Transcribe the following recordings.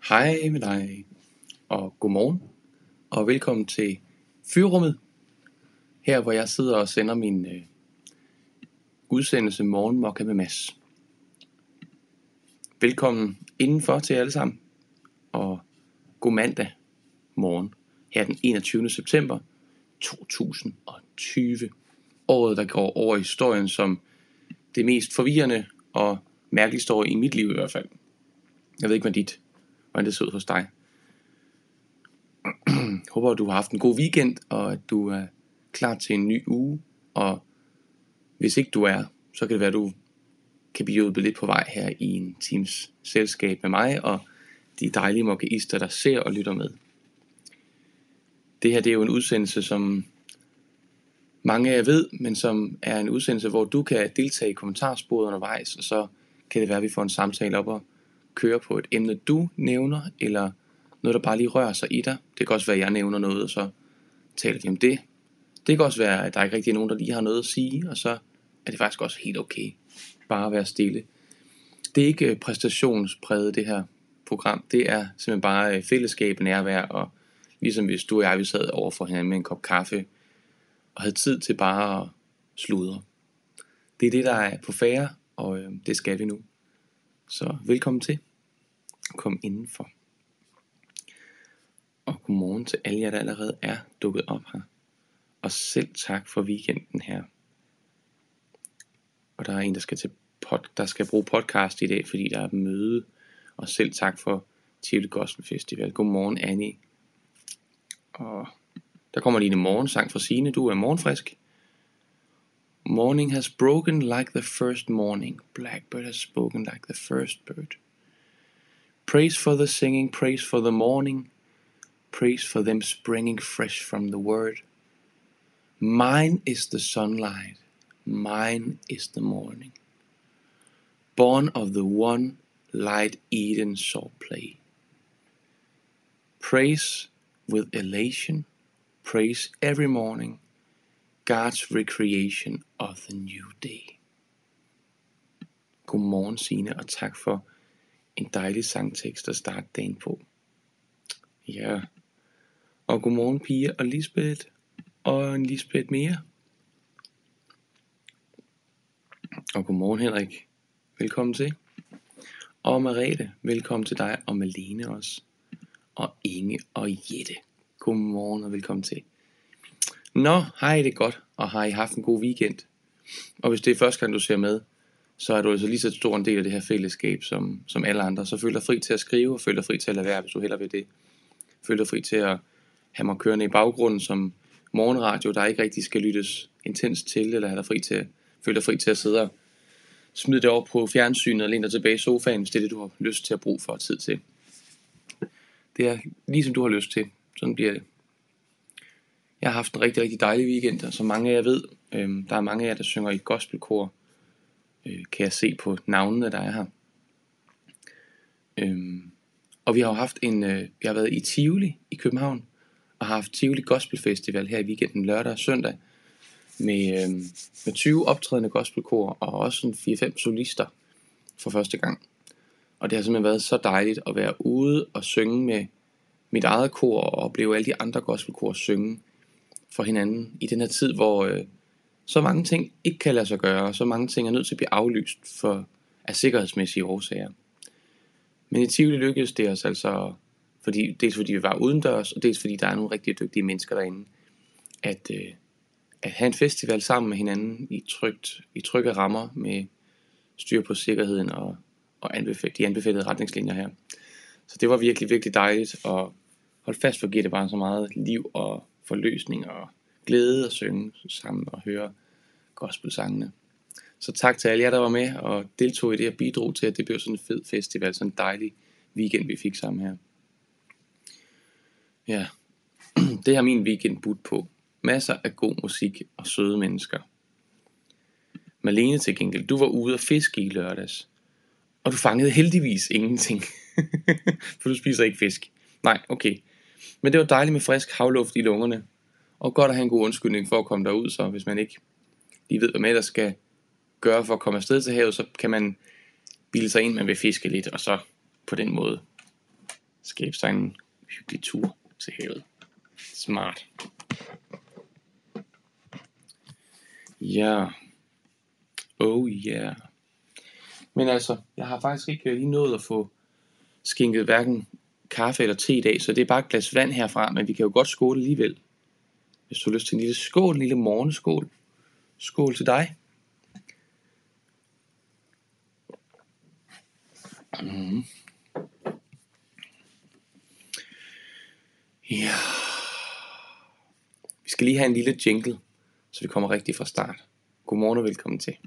Hej med dig, og godmorgen, og velkommen til Fyrrummet. Her hvor jeg sidder og sender min udsendelse Morgenmokka med Mads. Velkommen indenfor til alle sammen, og god mandag morgen. Her den 21. september 2020. Året der går over i historien som det mest forvirrende og mærkeligste år i mit liv i hvert fald. Jeg ved ikke hvordan det ser ud hos dig. Håber du har haft en god weekend, og at du er klar til en ny uge. Og hvis ikke du er, så kan det være at du kan blive hjulpet lidt på vej her i en times selskab med mig og de dejlige mokkaister der ser og lytter med. Det her det er jo en udsendelse som mange af jer ved, men som er en udsendelse hvor du kan deltage i kommentarsporet undervejs, og så kan det være at vi får en samtale op og køre på et emne du nævner, eller noget der bare lige rører sig i dig. Det kan også være at jeg nævner noget, og så taler vi om det. Det kan også være at der ikke rigtig er nogen der lige har noget at sige, og så er det faktisk også helt okay bare at være stille. Det er ikke præstationspræget det her program. Det er simpelthen bare fællesskab, nærvær, og ligesom hvis du og jeg vi sad over for hinanden med en kop kaffe og havde tid til bare at sludre. Det er det der er på færre, og det skal vi nu. Så velkommen til. Kom indenfor. Og godmorgen til alle jer der allerede er dukket op her. Og selv tak for weekenden her. Og der er en der skal bruge podcast i dag, fordi der er et møde. Og selv tak for Tivoli Gospel Festival. Godmorgen Annie. Og der kommer lige en morgensang fra Signe. Du er morgenfrisk. Morning has broken like the first morning. Blackbird has spoken like the first bird. Praise for the singing, praise for the morning. Praise for them springing fresh from the word. Mine is the sunlight, mine is the morning. Born of the one light Eden saw play. Praise with elation, praise every morning. God's recreation of the new day. Godmorgen Signe, og tak for en dejlig sangtekst at starte dagen på. Ja, og godmorgen Pia og Lisbeth, og en Lisbeth mere. Og godmorgen Henrik, velkommen til. Og Merete, velkommen til dig, og Malene også. Og Inge og Jette, godmorgen og velkommen til. Nå, har I det godt, og har I haft en god weekend? Og hvis det er første gang du ser med, så er du altså lige så stor en del af det her fællesskab som alle andre. Så føl dig fri til at skrive, og føl dig fri til at lade være, hvis du hellere vil det. Føl dig fri til at have mig kørende i baggrunden som morgenradio, der ikke rigtig skal lyttes intens til, eller føl dig fri til at sidde og smide det over på fjernsynet og læne dig tilbage i sofaen, hvis det er det, du har lyst til at bruge for tid til. Det er ligesom du har lyst til. Sådan bliver det. Jeg har haft en rigtig, rigtig dejlig weekend, og som mange af jer ved, der er mange af jer, der synger i et gospelkor, kan jeg se på navnene, der er her. Og vi har jo haft vi har været i Tivoli i København, og har haft Tivoli Gospel Festival her i weekenden lørdag og søndag, med 20 optrædende gospelkor, og også en 4-5 solister for første gang. Og det har simpelthen været så dejligt at være ude og synge med mit eget kor, og opleve alle de andre gospelkor synge for hinanden i den her tid, hvor så mange ting ikke kan lade sig gøre, og så mange ting er nødt til at blive aflyst af sikkerhedsmæssige årsager. Men i Tivoli lykkedes det os altså, dels fordi vi var udendørs, og dels fordi der er nogle rigtig dygtige mennesker derinde, at have en festival sammen med hinanden i trygge rammer med styr på sikkerheden og de anbefalede retningslinjer her. Så det var virkelig, virkelig dejligt, og hold fast for giver det bare så meget liv og forløsning og glæde at synge sammen og høre gospelsangene. Så tak til alle jer, der var med og deltog i det og bidrog til, at det blev sådan en fed festival, sådan en dejlig weekend, vi fik sammen her. Ja, det har min weekend budt på. Masser af god musik og søde mennesker. Malene til gengæld, du var ude og fiske i lørdags, og du fangede heldigvis ingenting, for du spiser ikke fisk. Nej, okay. Men det var dejligt med frisk havluft i lungerne, og godt at have en god undskyldning for at komme derud, så hvis man ikke lige ved, hvad man der skal gøre for at komme afsted til havet, så kan man bilde sig ind, man vil fiske lidt, og så på den måde skabe sig en hyggelig tur til havet. Smart. Ja. Oh yeah. Men altså, jeg har faktisk ikke lige nået at få skænket hverken kaffe eller te i dag, så det er bare et glas vand herfra, men vi kan jo godt skåle alligevel. Hvis du har lyst til en lille skål, en lille morgenskål. Skål til dig. Mm. Ja. Vi skal lige have en lille jingle, så vi kommer rigtig fra start. Godmorgen og velkommen til.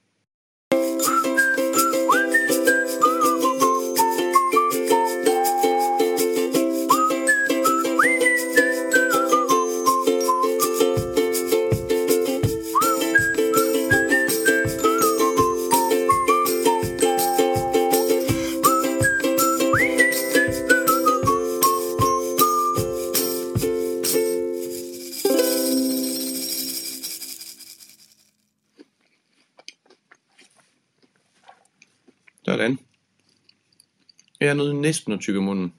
Sådan. Jeg er næsten at tykke munden.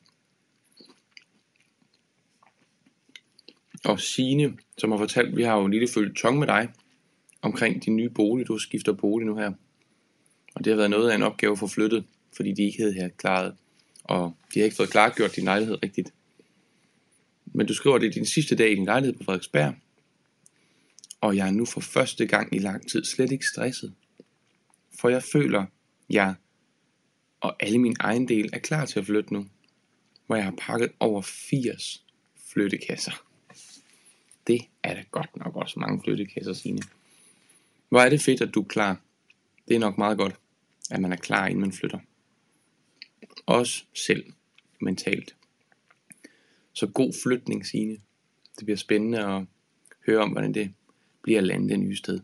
Og Signe, som har fortalt, vi har jo en lille føljeton med dig, omkring din nye bolig. Du skifter bolig nu her. Og det har været noget af en opgave at få flyttet, fordi de ikke havde klaret, og de har ikke fået klargjort din lejlighed rigtigt. Men du skriver, at det er din sidste dag i din lejlighed på Frederiksberg. Og jeg er nu for første gang i lang tid slet ikke stresset. For jeg føler, jeg og alle mine ejendele er klar til at flytte nu. Hvor jeg har pakket over 80 flyttekasser. Det er da godt nok også mange flyttekasser, Signe. Hvor er det fedt, at du er klar. Det er nok meget godt, at man er klar, inden man flytter. Også selv mentalt. Så god flytning, Signe. Det bliver spændende at høre om, hvordan det bliver at lande det nye sted.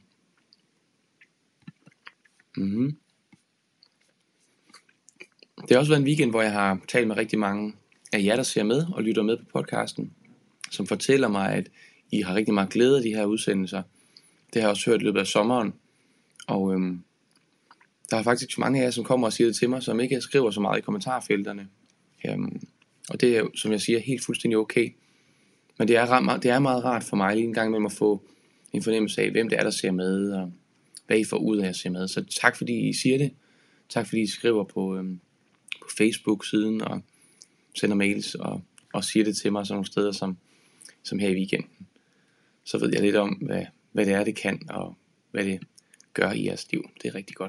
Mm-hmm. Det har også været en weekend, hvor jeg har talt med rigtig mange af jer, der ser med og lytter med på podcasten, som fortæller mig, at I har rigtig meget glæde af de her udsendelser. Det har jeg også hørt i løbet af sommeren. Og der er faktisk mange af jer, som kommer og siger det til mig, som ikke skriver så meget i kommentarfelterne. Og det er jo, som jeg siger, helt fuldstændig okay. Men det er meget rart for mig lige en gang med at få en fornemmelse af, hvem det er, der ser med, og hvad I får ud af at se med. Så tak fordi I siger det. Tak fordi I skriver på Facebook-siden og sender mails og siger det til mig sådan nogle steder som her i weekenden. Så ved jeg lidt om, hvad det er, det kan, og hvad det gør i jeres liv. Det er rigtig godt.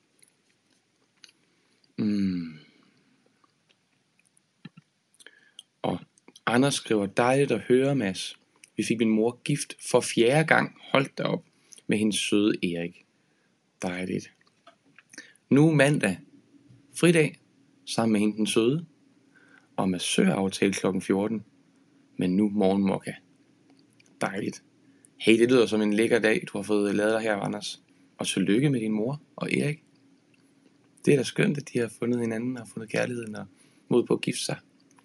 Og Anders skriver, dejligt at høre, Mads. Vi fik min mor gift for 4. gang. Holdt da op med hendes søde Erik. Dejligt. Nu mandag. Fridag. Sammen med hende den søde. Og massøraftale kl. 14. Men nu morgenmokka. Dejligt. Hey, det lyder som en lækker dag, du har fået lavet dig her, Anders. Og tillykke med din mor og Erik. Det er da skønt, at de har fundet hinanden og fundet kærligheden og mod på at gifte sig.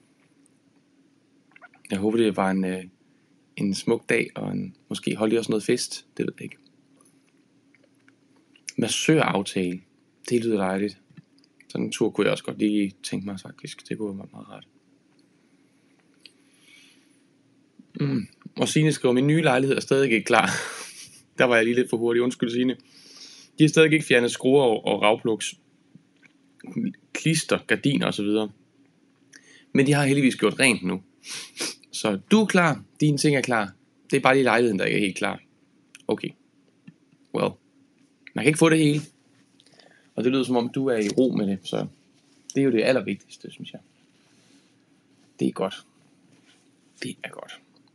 Jeg håber, det var en smuk dag, og måske holdt I også noget fest. Det ved jeg ikke. Massøraftale. Det lyder dejligt. Sådan en tur kunne jeg også godt lige tænke mig faktisk. Det kunne være meget rart. Og Signe skriver, min nye lejlighed er stadig ikke klar. Der var jeg lige lidt for hurtig. Undskyld, Signe. De har stadig ikke fjernet skruer og ragplugs, klister, gardiner osv. Men de har heldigvis gjort rent nu. Så du er klar. Dine ting er klar. Det er bare lige lejligheden, der ikke er helt klar. Okay. Well. Man kan ikke få det hele. Og det lyder som om du er i ro med det. Så det er jo det allervigtigste, synes jeg. Det er godt. Det er godt.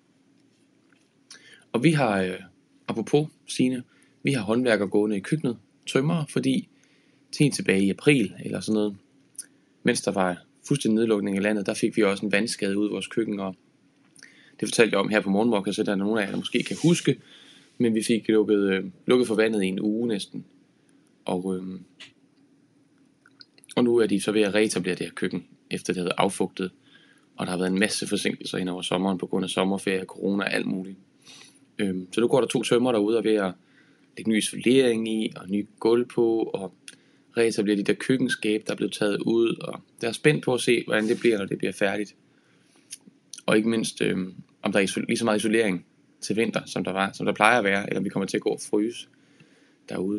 Og vi har, apropos Signe, vi har håndværker gående i køkkenet, tømrer, fordi til tilbage i april eller sådan noget, mens der var fuldstændig nedlukning af landet, der fik vi også en vandskade ud i vores køkken, og det fortalte jeg om her på Morgenmokka, så der er nogle af jer, der måske kan huske, men vi fik lukket for vandet i en uge næsten, og nu er de så ved at reetablere det her køkken, efter det havde affugtet, og der har været en masse forsinkelser ind over sommeren, på grund af sommerferie, corona og alt muligt. Så nu går der 2 tømrer derude og ved at lægge ny isolering i, og ny gulv på, og reetablere de der køkkenskab, der er blevet taget ud, og jeg er spændt på at se, hvordan det bliver, når det bliver færdigt. Og ikke mindst, om der er lige så meget isolering til vinter, som der plejer at være, eller om vi kommer til at gå og fryse derude.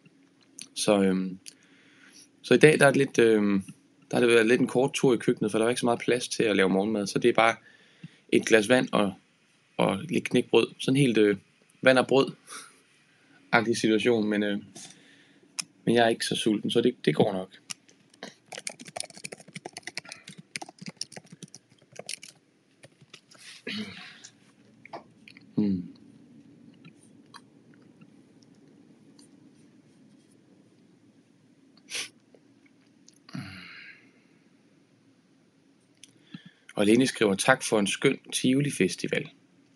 Så i dag, der har det været lidt en kort tur i køkkenet, for der var ikke så meget plads til at lave morgenmad, så det er bare et glas vand og lidt knækbrød. Sådan helt vand og brød-agtig situation, men jeg er ikke så sulten, så det går nok. Og Lene skriver, tak for en skøn Tivoli Festival.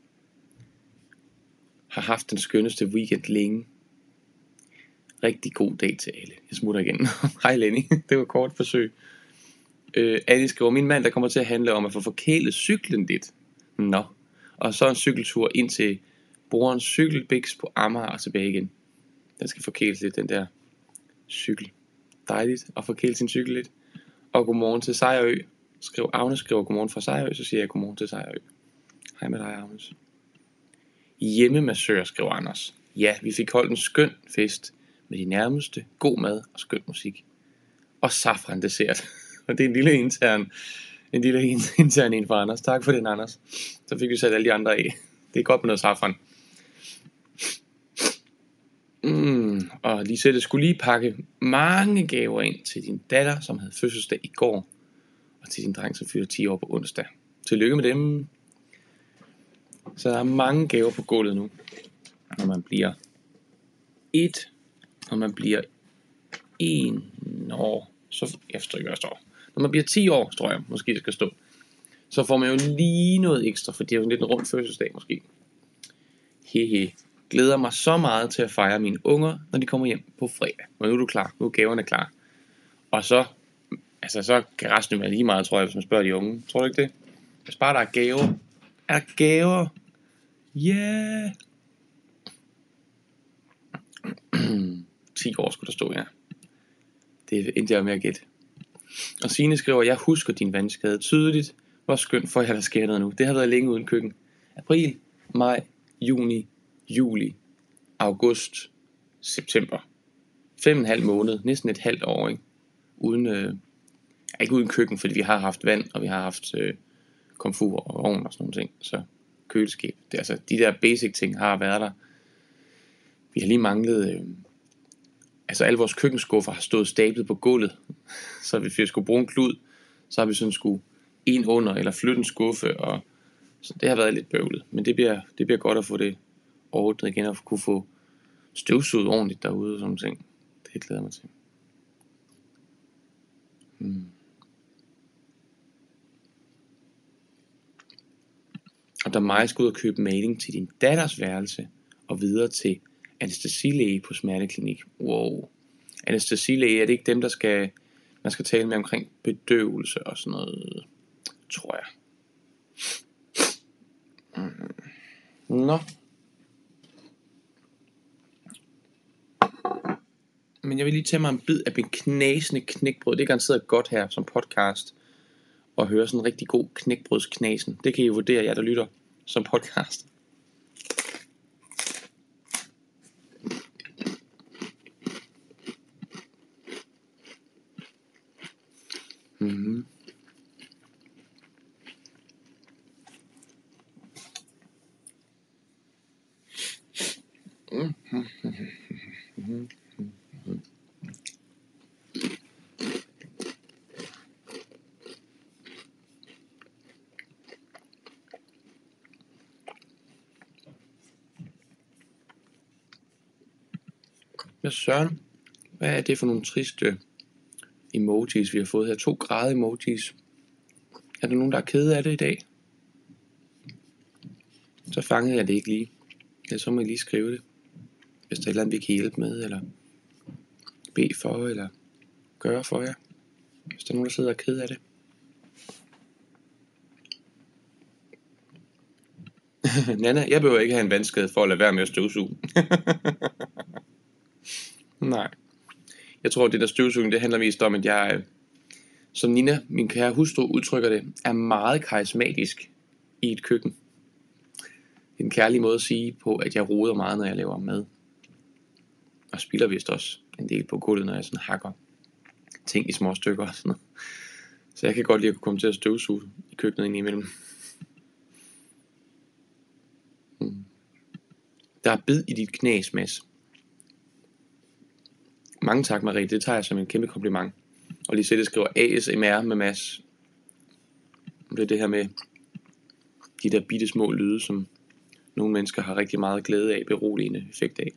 Har haft den skønneste weekend længe. Rigtig god dag til alle. Jeg smutter igen. Hej Lenny, det var et kort forsøg. Annie skriver, min mand der kommer til at handle om at få forkælet cyklen lidt. Nå. Og så en cykeltur ind til brorens cykelbiks på Amager og tilbage igen. Den skal forkæles lidt, den der cykel. Dejligt at forkæle sin cykel lidt. Og godmorgen til Sejrø. Agnes skriver godmorgen fra Sejrø, så siger jeg godmorgen til Sejrø. Hej med dig, Agnes. Hjemmemassør, skriver Anders. Ja, vi fik holdt en skøn fest med de nærmeste, god mad og skøn musik. Og safran dessert. Og det er en lille intern en for Anders. Tak for den, Anders. Så fik vi sat alle de andre af. Det er godt med noget safran. Og Lisette skulle lige pakke mange gaver ind til din datter, som havde fødselsdag i går. Og til din dreng, som fylder 10 år på onsdag. Tillykke med dem. Så der er mange gaver på gulvet nu. Når man bliver 1 år, så jeg forstår ikke, hvad der står. Når man bliver 10 år, tror jeg, måske det skal stå. Så får man jo lige noget ekstra, for det er jo lidt en rund fødselsdag måske. Hehe. Glæder mig så meget til at fejre mine unger, når de kommer hjem på fredag. Og nu er du klar. Nu er gaverne klar. Og så kan resten være lige meget, tror jeg, hvis man spørger de unge. Tror du ikke det? Hvis bare der er gaver. Er der gaver? Yeah! 10 år skulle der stå, ja. Det endte jeg med at gætte. Og Signe skriver, jeg husker din vandskade tydeligt. Hvor skønt for jer, der sker noget nu. Det har været længe uden køkken. April, maj, juni, juli, august, september. 5,5 måned, næsten et halvt år, ikke? Ikke uden køkken, fordi vi har haft vand, og vi har haft komfur og ovn og sådan nogle ting. Så køleskab. Det er altså, de der basic ting har været der. Vi har lige manglet... alle vores køkkenskuffer har stået stablet på gulvet. Så hvis vi skulle bruge en klud, så har vi sådan skulle en under eller flytte en skuffe. Og så det har været lidt bøvlet. Men det bliver godt at få det ordnet igen og kunne få støvsuget ordentligt derude og sådan nogle ting. Det glæder jeg mig til. Og da Maja skal ud og købe maling til din datters værelse og videre til anæstesilæge på smerteklinik. Wow. Anæstesilæge, er det ikke dem, man skal tale med omkring bedøvelse og sådan noget, tror jeg. Nå. Men jeg vil lige tage mig en bid af min knasende knækbrød. Det er garanteret godt her som podcast at høre sådan en rigtig god knækbrødsknasen. Det kan I vurdere, jer der lytter som podcast. Hvad søren? Hvad er det for nogle triste emojis, vi har fået her? 2 grader emojis. Er der nogen, der er kede af det i dag? Så fangede jeg det ikke lige. Ja, så må jeg lige skrive det. Hvis der er et eller andet, vi kan hjælpe med, eller bede for, eller gøre for jer. Hvis der er nogen, der sidder og er kede af det. Nana, jeg behøver ikke have en vandskade for at lade være med at støvsuge. Nej. Jeg tror, det der støvsugning, det handler mest om, at jeg, som Nina, min kære hustru, udtrykker det, er meget karismatisk i et køkken. Det er en kærlig måde at sige på, at jeg roder meget, når jeg laver mad. Og spilder vist også en del på gulvet, når jeg sådan hakker ting i små stykker og sådan noget. Så jeg kan godt lide at kunne komme til at støvsuge i køkkenet indimellem. Der er bid i dit knæs, Mads. Mange tak, Marie. Det tager jeg som en kæmpe kompliment. Og lige det skriver ASMR med Mads. Det er det her med de der bitte små lyde, som nogle mennesker har rigtig meget glæde af, beroligende effekt af.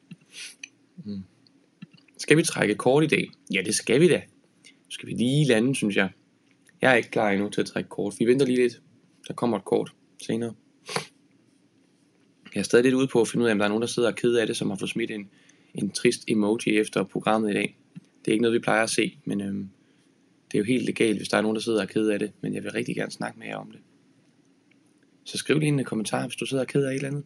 Skal vi trække kort i dag? Ja, det skal vi da. Nu skal vi lige lande, synes jeg. Jeg er ikke klar endnu til at trække kort. Vi venter lige lidt. Der kommer et kort senere. Jeg er stadig lidt ude på at finde ud af, om der er nogen, der sidder og er ked af det, som har fået smidt en trist emoji efter programmet i dag. Det er ikke noget, vi plejer at se, men det er jo helt legalt, hvis der er nogen, der sidder og er ked af det. Men jeg vil rigtig gerne snakke med jer om det. Så skriv lige en kommentar, hvis du sidder og er ked af et eller andet.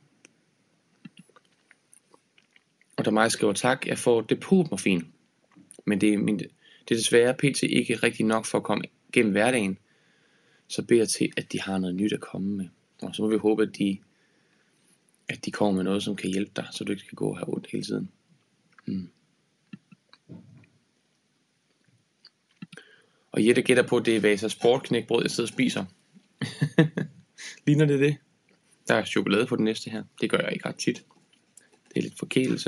Og der mig skriver tak, jeg får depotmorfin. Men det er desværre pt. Ikke rigtig nok for at komme gennem hverdagen. Så beder jeg til, at de har noget nyt at komme med. Og så må vi håbe, at de kommer med noget, som kan hjælpe dig, så du ikke skal gå og have ondt hele tiden. Og Jette gætter på, at det er Vasa Sport-knækbrød, jeg sidder og spiser. Ligner det? Der er chokolade på den næste her. Det gør jeg ikke ret tit. Det er lidt forkælelse.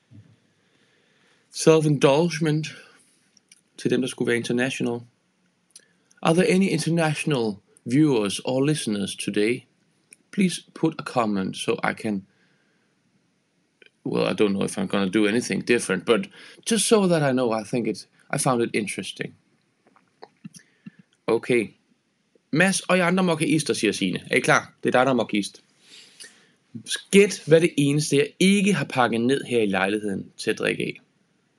Self-indulgement til dem, der skulle være international. Are there any international viewers or listeners today? Please put a comment so I can... Well, I don't know if I'm going to do anything different, but just so that I know, I found it interesting. Okay. Mads og I andre mokkaister, siger Signe. Er I klar? Det er dig, der er mokkaist. Gæt, hvad det eneste, jeg ikke har pakket ned her i lejligheden til at drikke af.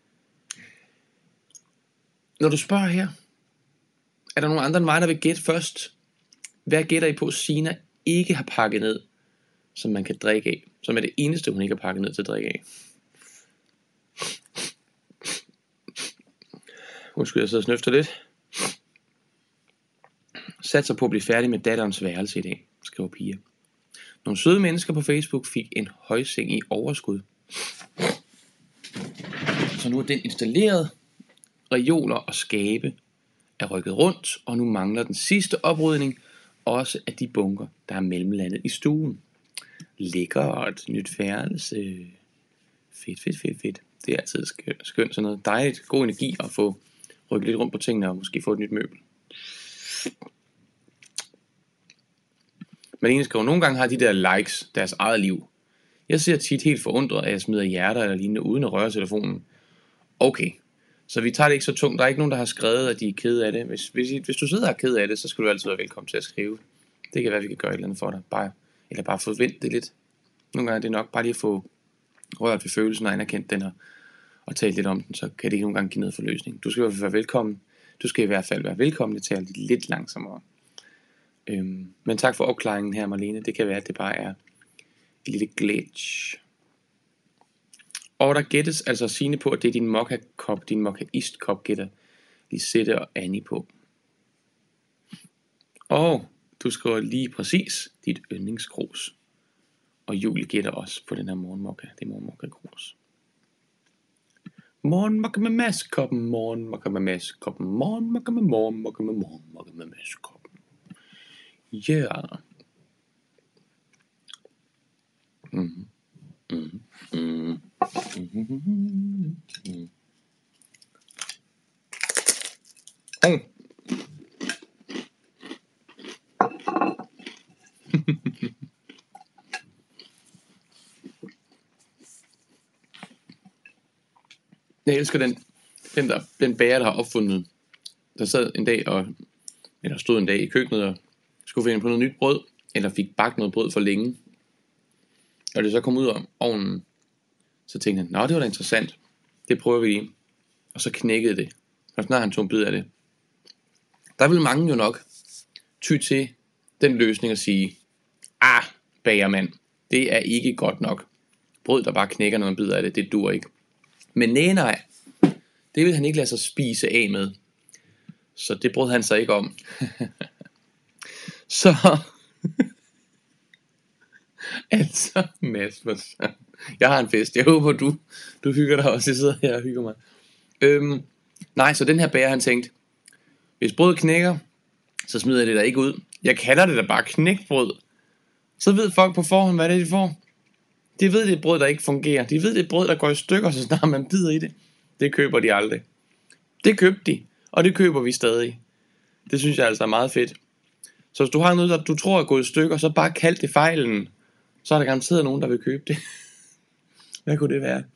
Når du spørger her, er der nogen andre end mig, der vil gætte først? Hvad gætter I på, Sina ikke har pakket ned, som man kan drikke af? Som er det eneste, hun ikke har pakket ned til at drikke af. Undskyld, jeg sidder og snøfter lidt. Satser på at blive færdig med datterens værelse i dag, skriver Pia. Nogle søde mennesker på Facebook fik en højseng i overskud. Så nu er den installeret. Reoler og skabe er rykket rundt, og nu mangler den sidste oprydning, også af de bunker, der er mellemlandet i stuen. Lækkert, nyt værelse. Fedt. Det er altid skønt, sådan noget dejligt, god energi at få rykket lidt rundt på tingene og måske få et nyt møbel. Men skriver, nogle gange har de der likes deres eget liv. Jeg ser tit helt forundret, at jeg smider hjerter eller lignende uden at røre telefonen. Okay, så vi tager det ikke så tungt. Der er ikke nogen, der har skrevet, at de er ked af det. Hvis du sidder og er ked af det, så skal du altid være velkommen til at skrive. Det kan være, vi kan gøre et eller andet for dig. Bare forvente det lidt. Nogle gange er det nok bare lige at få rørt ved følelsen og anerkendt den og tale lidt om den, så kan det ikke nogle gange give noget for løsning. Du skal i hvert fald være velkommen. Du skal i hvert fald være velkommen. Jeg taler lidt langsommere. Men tak for opklaringen her, Marlene. Det kan være, at det bare er et lille glitch. Og der gættes altså Signe på, at det er din mokka-kop, din mokkaist-kop, gætter Lisette og Annie på. Og du skriver lige præcis dit yndlingskrus. Og Julie gætter også på den her morgenmokka. Det er morgenmokka-krus. Morgenmokka med maskoppen, morgenmokka med maskoppen, morgenmokka med morgenmokka med morgenmokka med maskoppen. Yeah. Jeg elsker den bager, der har opfundet. Der sad en dag stod en dag i køkkenet og skulle finde på noget nyt brød, eller fik bagt noget brød for længe. Og det så kom ud af ovnen, så tænkte han, det var da interessant. Det prøver vi lige. Og så knækkede det. Og snart han tog en bid af det. Der vil mange jo nok ty til den løsning at sige, bagermand, det er ikke godt nok. Brød, der bare knækker, når man bider af det, det dur ikke. Men nej. Det ville han ikke lade sig spise af med. Så det brød han sig ikke om. Så altså, Mads, jeg har en fest. Jeg håber, du hygger dig også. Jeg sidder her og hygger mig. Nej, så den her bager, han tænkte, hvis brødet knækker, så smider jeg det der ikke ud. Jeg kalder det da bare knækbrød. Så ved folk på forhånd, hvad det er, de får. De ved, det er et brød, der ikke fungerer. De ved, det er et brød, der går i stykker, så snart man bider i det. Det køber de aldrig. Det købte de, og det køber vi stadig. Det synes jeg altså er meget fedt. Så hvis du har noget, der du tror er gået i stykker, så bare kald det fejlen. Så er der garanteret nogen, der vil købe det. Hvad kunne det være?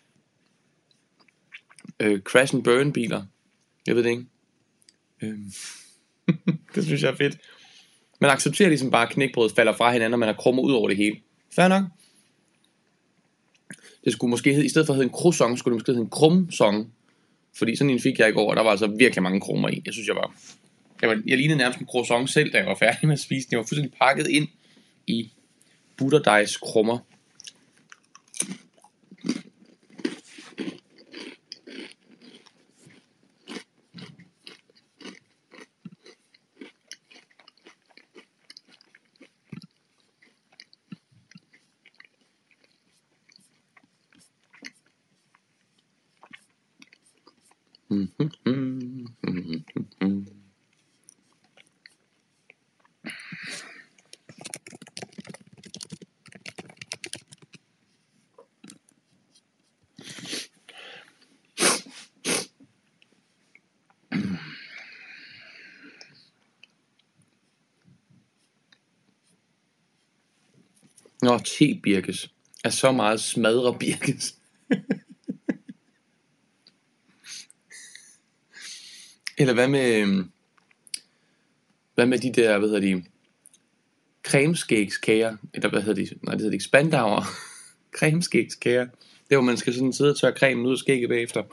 Crash and burn biler. Jeg ved det ikke. Det synes jeg er fedt. Man accepterer ligesom bare, at knækbrødet falder fra hinanden, og man har krummer ud over det hele. Fair nok. Det skulle måske hedde, i stedet for at hedde en croissant, skulle det måske hedde en krumsong. Fordi sådan en fik jeg i går, og der var altså virkelig mange krummer i. Jeg synes, jeg lignede nærmest en croissant selv, da jeg var færdig med at spise den. Jeg var fuldstændig pakket ind i butterdejs krummer. Nå, te-birkes er så meget smadre birkes. Eller hvad med de der, cremeskægskager, eller hvad hedder de? Nej, det hedder de ikke, spandauer. Cremeskægskager. Det hvor man skal sådan sidde og tørre cremen ud af skægget bagefter.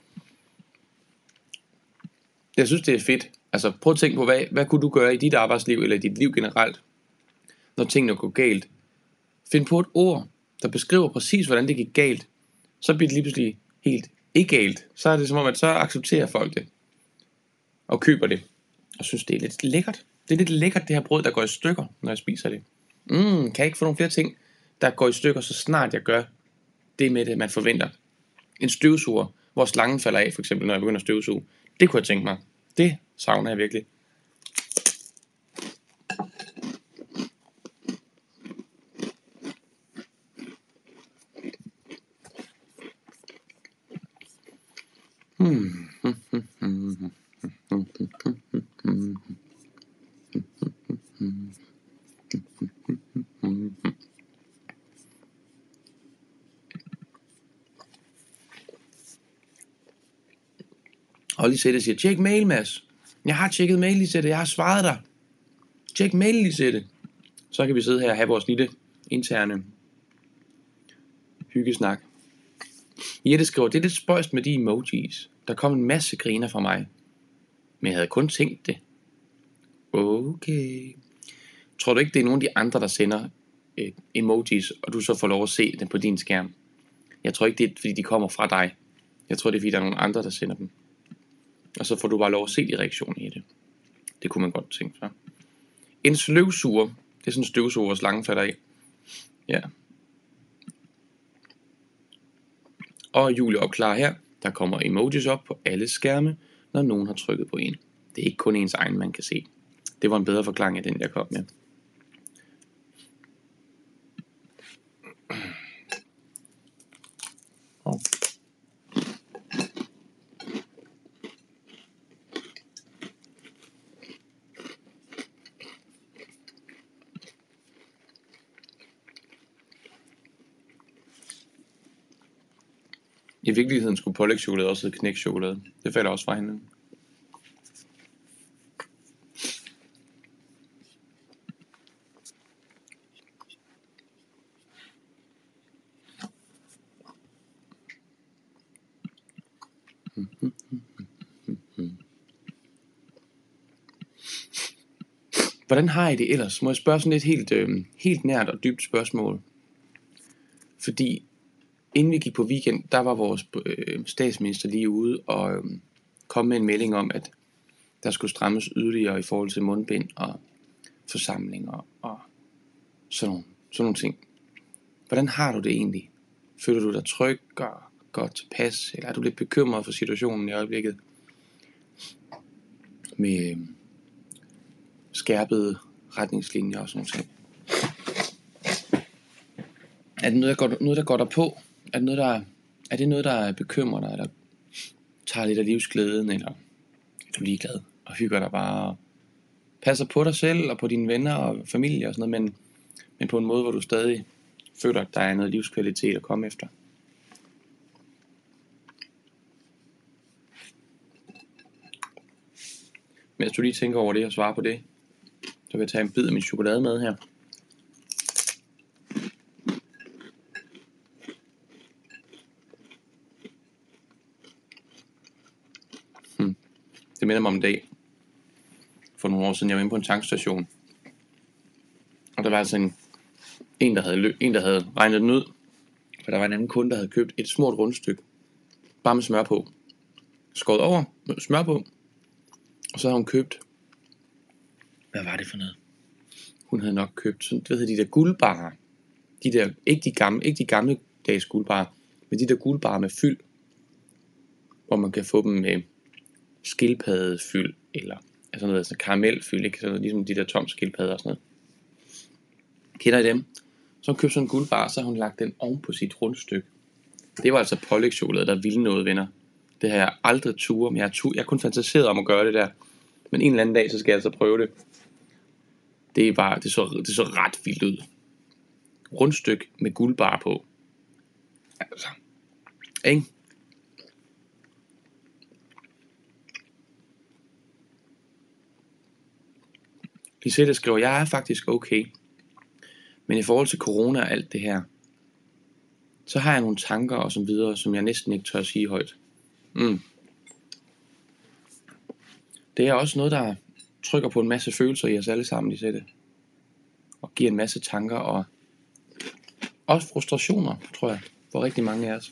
Jeg synes det er fedt. Altså prøv at tænke på, hvad kunne du gøre i dit arbejdsliv, eller i dit liv generelt, når tingene går galt. Find på et ord, der beskriver præcis, hvordan det gik galt. Så bliver det lige pludselig helt ikke galt. Så er det som om, at så accepterer folk det. Og køber det. Og synes, det er lidt lækkert. Det er lidt lækkert, det her brød, der går i stykker, når jeg spiser det. Kan jeg ikke få nogle flere ting, der går i stykker, så snart jeg gør det med det, man forventer. En støvsuger, hvor slangen falder af, for eksempel, når jeg begynder at støvsuge. Det kunne jeg tænke mig. Det savner jeg virkelig. Og Lisette siger, tjek mail, Mads. Jeg har tjekket mail, Lisette. Jeg har svaret dig. Tjek mail, Lisette. Så kan vi sidde her og have vores lille interne hyggesnak. Jette skriver, det er lidt spøjst med de emojis. Der kom en masse griner fra mig. Men jeg havde kun tænkt det. Okay. Tror du ikke, det er nogen af de andre, der sender emojis, og du så får lov at se dem på din skærm? Jeg tror ikke, det er, fordi de kommer fra dig. Jeg tror, det er, fordi der er nogle andre, der sender dem. Og så får du bare lov at se de reaktioner i det. Det kunne man godt tænke sig. En sløvsuger. Det er sådan en støvsuger, hvor slangen falder af. Ja. Og Julie opklarer her. Der kommer emojis op på alle skærme, når nogen har trykket på en. Det er ikke kun ens egen, man kan se. Det var en bedre forklaring af den, jeg kom med. I virkeligheden skulle pålægschokolade også hedde knækchokolade. Det falder også fra hinanden. Hvordan har I det ellers? Må jeg spørge sådan et helt nært og dybt spørgsmål? Fordi inden vi gik på weekend, der var vores statsminister lige ude og kom med en melding om, at der skulle strammes yderligere i forhold til mundbind og forsamlinger og sådan nogle ting. Hvordan har du det egentlig? Føler du dig tryg og godt tilpas, eller er du lidt bekymret for situationen i øjeblikket med skærpede retningslinjer og sådan noget? Er det noget, der går dig på? Er det noget, der bekymrer dig, eller tager lidt af livsglæden, eller er du ligeglad og hygger dig bare og passer på dig selv og på dine venner og familie og sådan noget, men på en måde, hvor du stadig føler, at der er noget livskvalitet at komme efter? Mens du lige tænker over det og svarer på det, så vil jeg tage en bid af min chokolade med her. Det minder mig om en dag for nogle år siden. Jeg var inde på en tankstation, og der var altså en der havde regnet den ud, for der var en anden kunde, der havde købt et smurt rundstykke, bare med smør på, skåret over med smør på, og så havde hun købt, hvad var det for noget? Hun havde nok købt sådan, hvad hedder de der guldbarer, ikke de gamle dages guldbarer, men de der guldbarer med fyld, hvor man kan få dem med skildpaddefyld, eller altså noget altså karamelfyld, ikke? Sådan noget, ligesom de der tom skildpadder og sådan noget. Kender I dem? Så hun købte sådan en guldbar, så har hun lagt den oven på sit rundstykke. Det var altså pålægschokolade, der ville noget, venner. Det har jeg aldrig turet, men jeg har kun fantaseret om at gøre det der. Men en eller anden dag, så skal jeg altså prøve det. Det så ret vildt ud. Rundstykke med guldbar på. Altså, ikke? Lisette skriver, jeg er faktisk okay. Men i forhold til corona og alt det her, så har jeg nogle tanker og så videre, som jeg næsten ikke tør at sige højt. Det er også noget, der trykker på en masse følelser i os alle sammen, Lisette. Og giver en masse tanker og også frustrationer, tror jeg, for rigtig mange af os.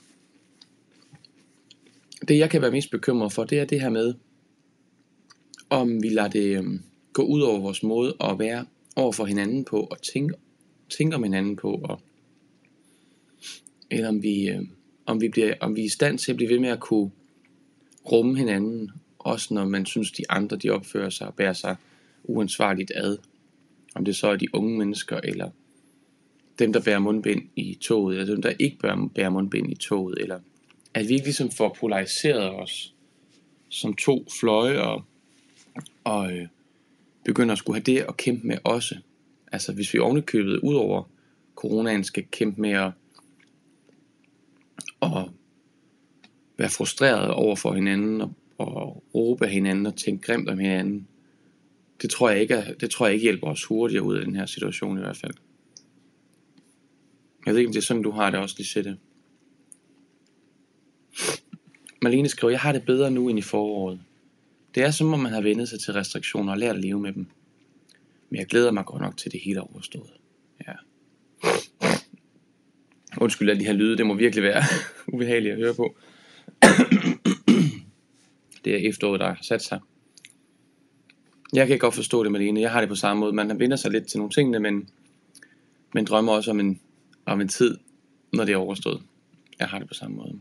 Det jeg kan være mest bekymret for, det er det her med, om vi lader det gå ud over vores måde at være over for hinanden på, og tænke om hinanden på, og, eller om vi er i stand til at blive ved med at kunne rumme hinanden, også når man synes de andre de opfører sig og bærer sig uansvarligt ad. Om det så er de unge mennesker, eller dem der bærer mundbind i toget, eller dem der ikke bærer mundbind i toget, eller at vi ikke ligesom får polariseret os som to fløje, og begynder at skulle have det at kæmpe med også. Altså hvis vi ovenikøbet ud over coronaen skal kæmpe med at være frustreret over for hinanden og råbe af hinanden og tænke grimt om hinanden, det tror jeg ikke hjælper os hurtigere ud af den her situation i hvert fald. Jeg ved ikke om det er sådan du har det også, Lisette. Malene skriver, jeg har det bedre nu end i foråret. Det er som om man har vendet sig til restriktioner og lært at leve med dem. Men jeg glæder mig godt nok til det hele overstået. Ja. Undskyld alle de her lyde, det må virkelig være ubehageligt at høre på. Det er efteråret, der har sat sig. Jeg kan godt forstå det, Malene. Jeg har det på samme måde. Man vender sig lidt til nogle tingene, men drømmer også om en tid, når det er overstået. Jeg har det på samme måde.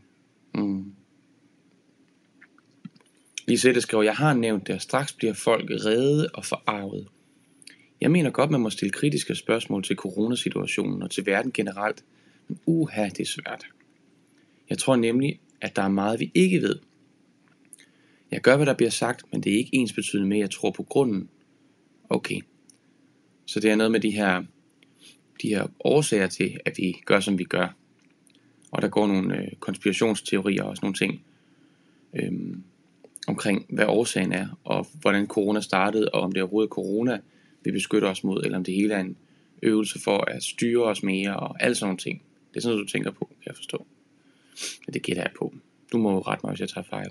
Lisette skriver, jeg har nævnt det, og straks bliver folk rede og forarvet. Jeg mener godt, man må stille kritiske spørgsmål til coronasituationen og til verden generelt, men det er svært. Jeg tror nemlig, at der er meget, vi ikke ved. Jeg gør, hvad der bliver sagt, men det er ikke ensbetydende med, at jeg tror på grunden. Okay. Så det er noget med de her årsager til, at vi gør, som vi gør. Og der går nogle konspirationsteorier og sådan nogle ting omkring, hvad årsagen er, og hvordan corona startede, og om det overhovedet corona vil beskytte os mod, eller om det hele er en øvelse for at styre os mere, og alle sådan nogle ting. Det er sådan noget, du tænker på, kan jeg forstå. Men det gætter jeg på. Du må jo rette mig, hvis jeg tager fejl.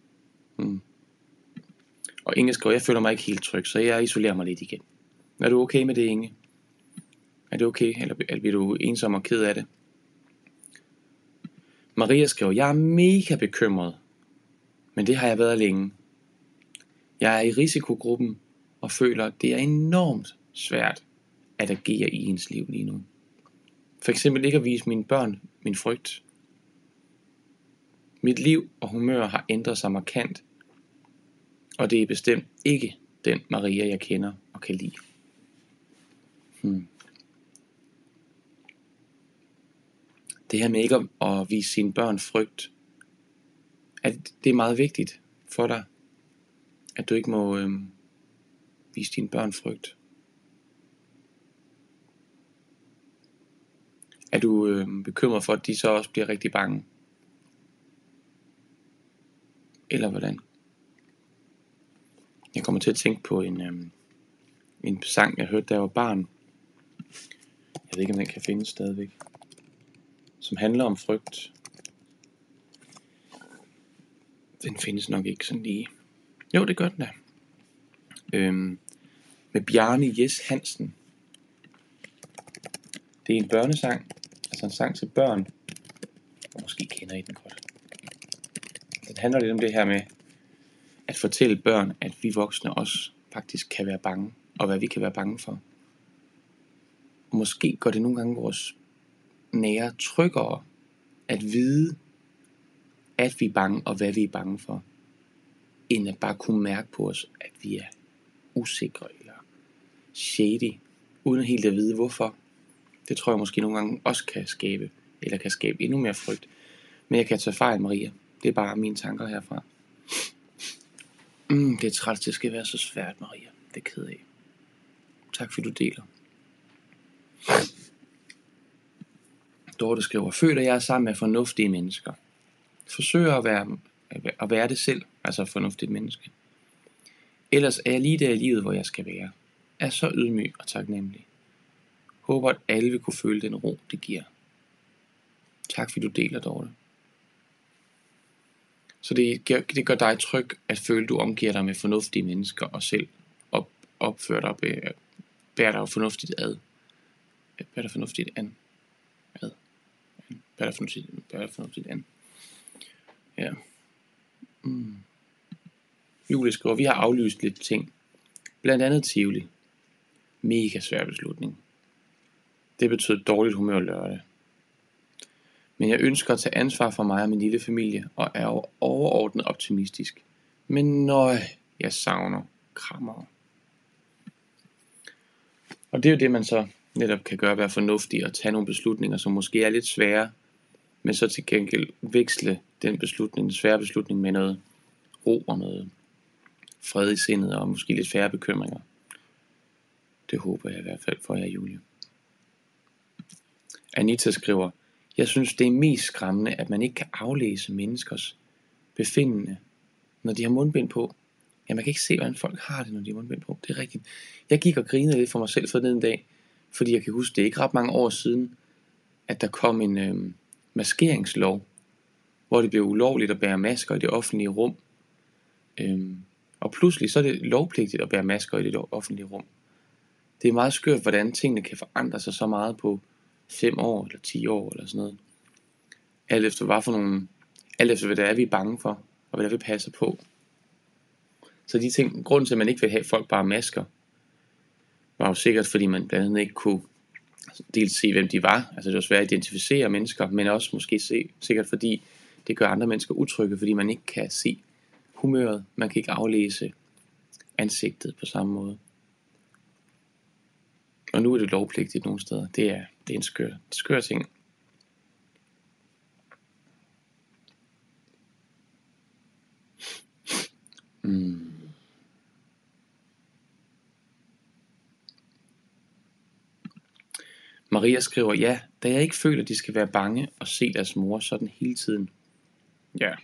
Og Inge skriver, jeg føler mig ikke helt tryg, så jeg isolerer mig lidt igen. Er du okay med det, Inge? Er det okay, eller bliver du ensom og ked af det? Maria skriver, jeg er mega bekymret, men det har jeg været længe. Jeg er i risikogruppen og føler, at det er enormt svært at agere i ens liv lige nu. For eksempel ikke at vise mine børn min frygt. Mit liv og humør har ændret sig markant, og det er bestemt ikke den Maria, jeg kender og kan lide. Det her med ikke at vise sine børn frygt, at det er meget vigtigt for dig, at du ikke må vise dine børn frygt. Er du bekymret for, at de så også bliver rigtig bange? Eller hvordan? Jeg kommer til at tænke på en sang, jeg hørte, da jeg var barn. Jeg ved ikke, om den kan findes stadigvæk. Som handler om frygt. Den findes nok ikke sådan lige. Jo, det gør den da. Med Bjarne Jes Hansen. Det er en børnesang. Altså en sang til børn. Og måske kender I den godt. Den handler lidt om det her med at fortælle børn, at vi voksne også faktisk kan være bange. Og hvad vi kan være bange for. Og måske går det nogle gange vores nære tryggere at vide, at vi er bange, og hvad vi er bange for, end at bare kunne mærke på os, at vi er usikre eller shady, uden helt at vide hvorfor. Det tror jeg måske nogle gange også kan skabe endnu mere frygt. Men jeg kan tage fejl, Maria. Det er bare mine tanker herfra. Det er træt, det skal være så svært, Maria. Det er ked af. Tak fordi du deler. Dorte skriver, føler jeg er sammen med fornuftige mennesker. Forsøger at være det selv, altså et fornuftigt menneske. Ellers er jeg lige der i livet, hvor jeg skal være. Er så ydmyg og taknemmelig. Håber, at alle vil kunne føle den ro, det giver. Tak fordi du deler, Dorte. Så det gør dig tryg at føle, du omgiver dig med fornuftige mennesker og selv opfører dig og bærer dig fornuftigt ad. Bærer dig fornuftigt an. Bærer dig fornuftigt an. Ja. Julie skriver, vi har aflyst lidt ting. Blandt andet Tivoli. Mega svær beslutning. Det betød dårligt humør lørdag. Men jeg ønsker at tage ansvar for mig og min lille familie, og er overordnet optimistisk. Men jeg savner krammer. Og det er jo det, man så netop kan gøre, være fornuftig og tage nogle beslutninger, som måske er lidt svære, men så til gengæld veksle den svære beslutning med noget ro og noget fred i sindet, og måske lidt færre bekymringer. Det håber jeg i hvert fald for jer, Julie. Anita skriver, jeg synes det er mest skræmmende, at man ikke kan aflæse menneskers befindende, når de har mundbind på. Ja, man kan ikke se, hvordan folk har det, når de har mundbind på. Det er rigtigt. Jeg gik og grinede lidt for mig selv forleden dag, fordi jeg kan huske, det er ikke ret mange år siden, at der kom en maskeringslov, hvor det blev ulovligt at bære masker i det offentlige rum. Og pludselig så er det lovpligtigt at bære masker i det offentlige rum. Det er meget skørt, hvordan tingene kan forandre sig så meget på 5 år eller 10 år eller sådan noget. Alt efter hvad det er, vi er bange for, og hvad det er, vi passer på. Så de ting, grunden til, at man ikke vil have folk bare masker, var jo sikkert, fordi man blandt andet ikke kunne dels se, hvem de var. Altså det var svært at identificere mennesker, men også måske sikkert fordi det gør andre mennesker utrygge, fordi man ikke kan se humøret. Man kan ikke aflæse ansigtet på samme måde. Og nu er det lovpligtigt nogle steder. Det er en skør ting. Maria skriver, ja, da jeg ikke føler, at de skal være bange og se deres mor sådan hele tiden. Ja.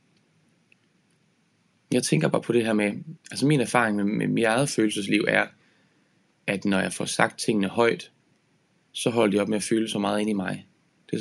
Jeg tænker bare på det her med, altså min erfaring med mit eget følelsesliv er, at når jeg får sagt tingene højt, så holder de op med at føle så meget ind i mig. Det er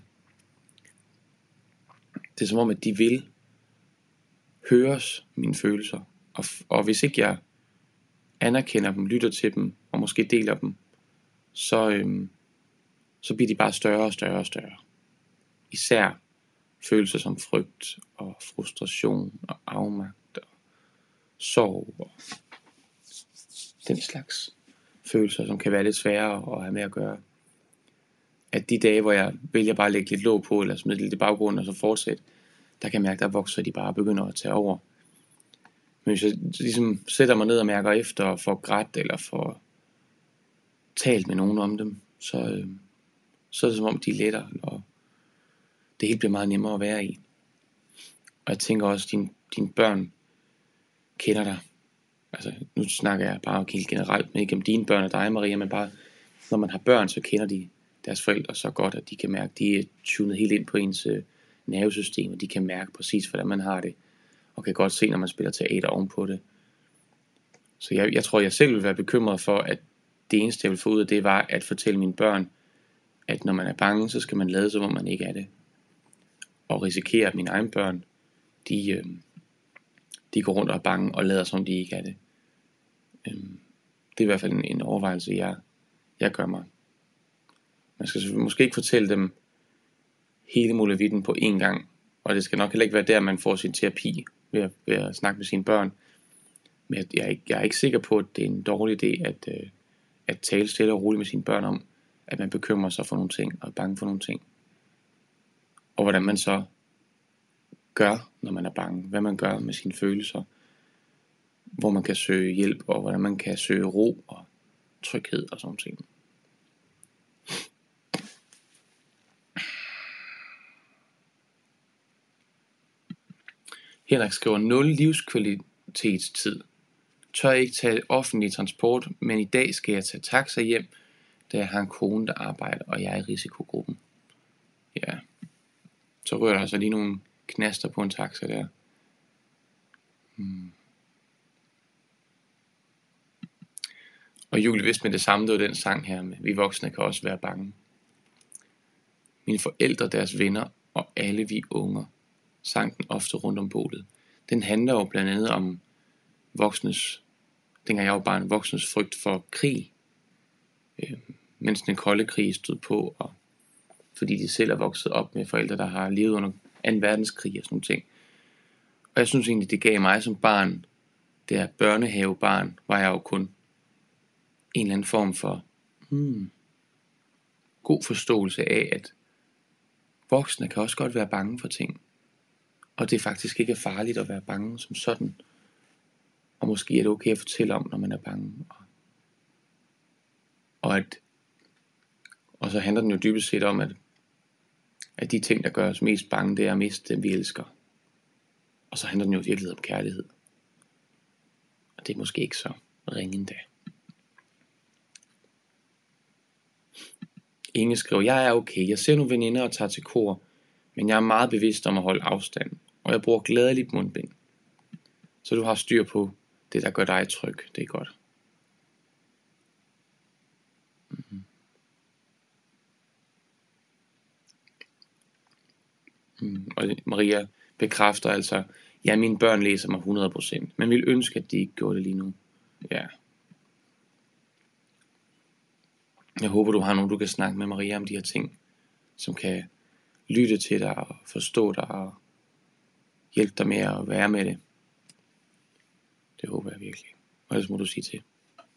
som om, at de vil høres, mine følelser. Og hvis ikke jeg anerkender dem, lytter til dem, og måske deler dem, så bliver de bare større og større og større. Især følelser som frygt og frustration og afmagt og sorg og den slags følelser, som kan være lidt sværere at have med at gøre. At de dage, hvor jeg vælger bare at lægge lidt låg på, eller smide lidt i baggrunden og så fortsætte, der kan jeg mærke, der vokser de bare og begynder at tage over. Men hvis jeg ligesom sætter mig ned og mærker efter og får grædt eller får talt med nogen om dem, så er det som om de letter, og det hele bliver meget nemmere at være i. Og jeg tænker også, at dine børn kender dig. Altså nu snakker jeg bare helt generelt, men ikke om dine børn og dig, Maria, men bare når man har børn, så kender de deres forældre så godt, at de kan mærke, at de er tunet helt ind på ens nervesystem, og de kan mærke præcis, hvordan man har det, og kan godt se, når man spiller teater ovenpå det. Så jeg tror, jeg selv vil være bekymret for, at det eneste, jeg vil få ud af det, var at fortælle mine børn, at når man er bange, så skal man lade som om man ikke er det. Og risikere, at mine egne børn, de går rundt og er bange og lader som om de ikke er det. Det er i hvert fald en overvejelse, jeg gør mig. Man skal måske ikke fortælle dem hele muligheden på én gang, og det skal nok heller ikke være der, man får sin terapi ved at snakke med sine børn. Men jeg er ikke sikker på, at det er en dårlig idé at tale stille og roligt med sine børn om, at man bekymrer sig for nogle ting og er bange for nogle ting. Og hvordan man så gør, når man er bange. Hvad man gør med sine følelser. Hvor man kan søge hjælp, og hvordan man kan søge ro og tryghed og sådan ting. Henrik skriver 0 livskvalitetstid. Tør ikke tage offentlig transport, men i dag skal jeg tage taxa hjem, da jeg har en kone, der arbejder, og jeg er i risikogruppen. Ja, så rører der altså lige nogle knaster på en taxa der. Og Julie vidste med det samme, det var den sang her med, vi voksne kan også være bange. Mine forældre, deres venner og alle vi unger sang den ofte rundt om bålet. Den handler jo blandt andet om voksnes, dengang jeg var barn, voksnes frygt for krig, mens den kolde krig stod på, og fordi de selv er vokset op med forældre, der har levet under 2. verdenskrig og sådan nogle ting. Og jeg synes egentlig, det gav mig som barn, der børnehavebarn, var jeg jo kun en eller anden form for god forståelse af, at voksne kan også godt være bange for ting. Og det faktisk ikke er farligt at være bange som sådan. Og måske er det okay at fortælle om, når man er bange. Og så handler den jo dybest set om, at de ting, der gør os mest bange, det er at miste dem, vi elsker. Og så handler den jo i virkeligheden om kærlighed. Og det er måske ikke så ringe endda. Inge skriver, jeg er okay. Jeg ser nogle veninder og tager til kor, men jeg er meget bevidst om at holde afstand. Og jeg bruger gladeligt mundbind. Så du har styr på det, der gør dig tryg. Det er godt. Og Maria bekræfter altså, ja, mine børn læser mig 100%, men vil ønske, at de ikke gjorde det lige nu. Ja. Jeg håber, du har nogen, du kan snakke med, Maria, om de her ting, som kan lytte til dig og forstå dig og hjælpe dig med at være med det. Det håber jeg virkelig. Og ellers må du sige til.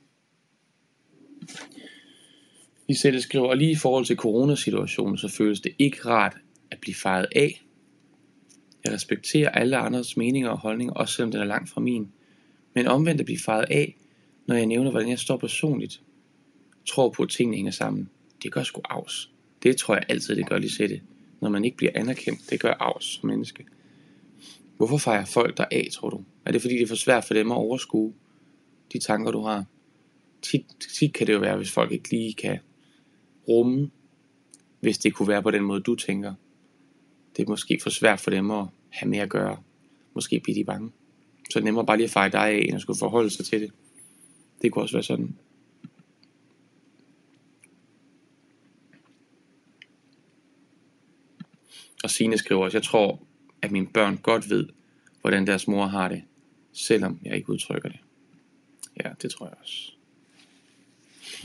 Lisette skriver, og lige i forhold til coronasituationen, så føles det ikke rart at blive fejret af. Jeg respekterer alle andres meninger og holdninger, også selvom den er langt fra min. Men omvendt at blive fejret af, når jeg nævner, hvordan jeg står personligt, tror på, at tingene hænger sammen. Det gør sgu afs. Det tror jeg altid, det gør, Lisette. Når man ikke bliver anerkendt, det gør afs som menneske. Hvorfor fejrer folk der af, tror du? Er det fordi, det er for svært for dem at overskue de tanker, du har? Tit kan det jo være, hvis folk ikke lige kan rumme, hvis det kunne være på den måde, du tænker. Det er måske for svært for dem at have mere at gøre. Måske bliver de bange. Så er det nemmere bare lige at fejre dig af, end at skulle forholde sig til det. Det kunne også være sådan. Og Signe skriver også, jeg tror, at mine børn godt ved, hvordan deres mor har det, selvom jeg ikke udtrykker det. Ja, det tror jeg også.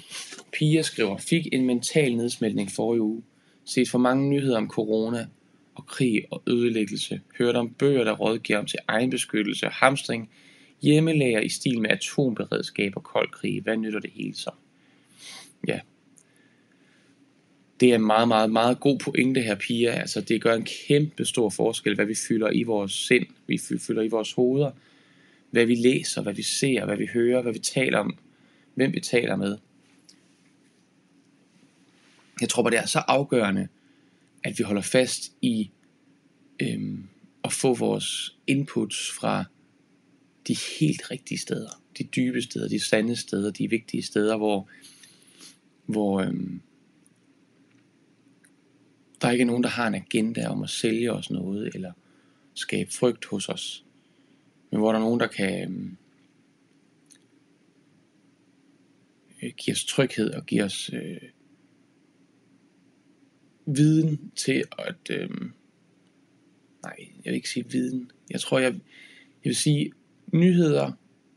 Pia skriver, fik en mental nedsmeltning forrige uge, set for mange nyheder om corona, og krig og ødelæggelse. Hørt om bøger, der rådgiver om til egenbeskyttelse og hamstring. Hjemmelager i stil med atomberedskab og kold krig. Hvad nytter det hele så? Ja. Det er en meget, meget, meget god pointe her, Pia. Altså, det gør en kæmpe stor forskel, hvad vi fylder i vores sind, vi fylder i vores hoveder, hvad vi læser, hvad vi ser, hvad vi hører, hvad vi taler om, hvem vi taler med. Jeg tror bare, det er så afgørende, at vi holder fast i at få vores inputs fra de helt rigtige steder, de dybe steder, de sande steder, de vigtige steder, hvor der ikke er nogen, der har en agenda om at sælge os noget, eller skabe frygt hos os. Men hvor der er nogen, der kan give os tryghed og give os viden til at... Nej, jeg vil ikke sige viden. Jeg tror, jeg vil sige, nyheder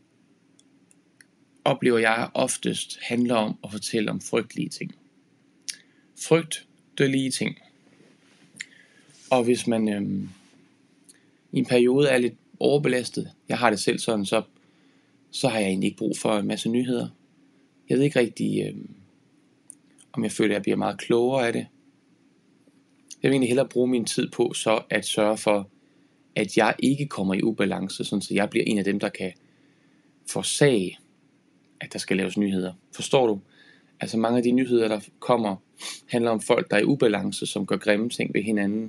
oplever jeg oftest handler om at fortælle om frygtelige ting. Frygtelige ting. Og hvis man i en periode er lidt overbelastet, jeg har det selv sådan, så har jeg egentlig ikke brug for en masse nyheder. Jeg ved ikke rigtig, om jeg føler, at jeg bliver meget klogere af det. Jeg vil egentlig hellere bruge min tid på så at sørge for, at jeg ikke kommer i ubalance, sådan så jeg bliver en af dem, der kan forsage, at der skal laves nyheder. Forstår du? Altså mange af de nyheder, der kommer, handler om folk, der er i ubalance, som gør grimme ting ved hinanden.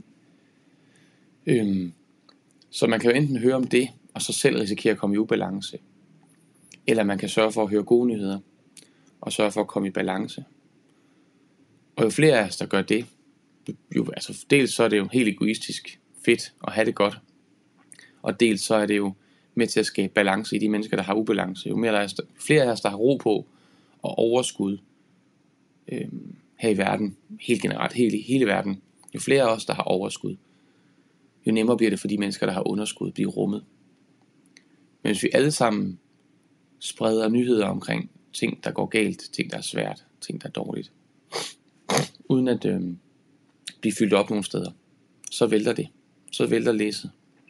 Så man kan jo enten høre om det, og så selv risikere at komme i ubalance. Eller man kan sørge for at høre gode nyheder, og sørge for at komme i balance. Og jo flere af os, der gør det, altså dels så er det jo helt egoistisk fedt at have det godt, og dels så er det jo med til at skabe balance i de mennesker, der har ubalance. Jo flere af os, der har ro på og overskud her i verden, helt generelt, hele verden, jo flere af os, der har overskud, jo nemmere bliver det for de mennesker, der har underskud, at blive rummet. Men hvis vi alle sammen spreder nyheder omkring ting, der går galt, ting, der er svært, ting, der er dårligt, uden at blive fyldt op nogle steder, så vælter det. Så vælter læsset.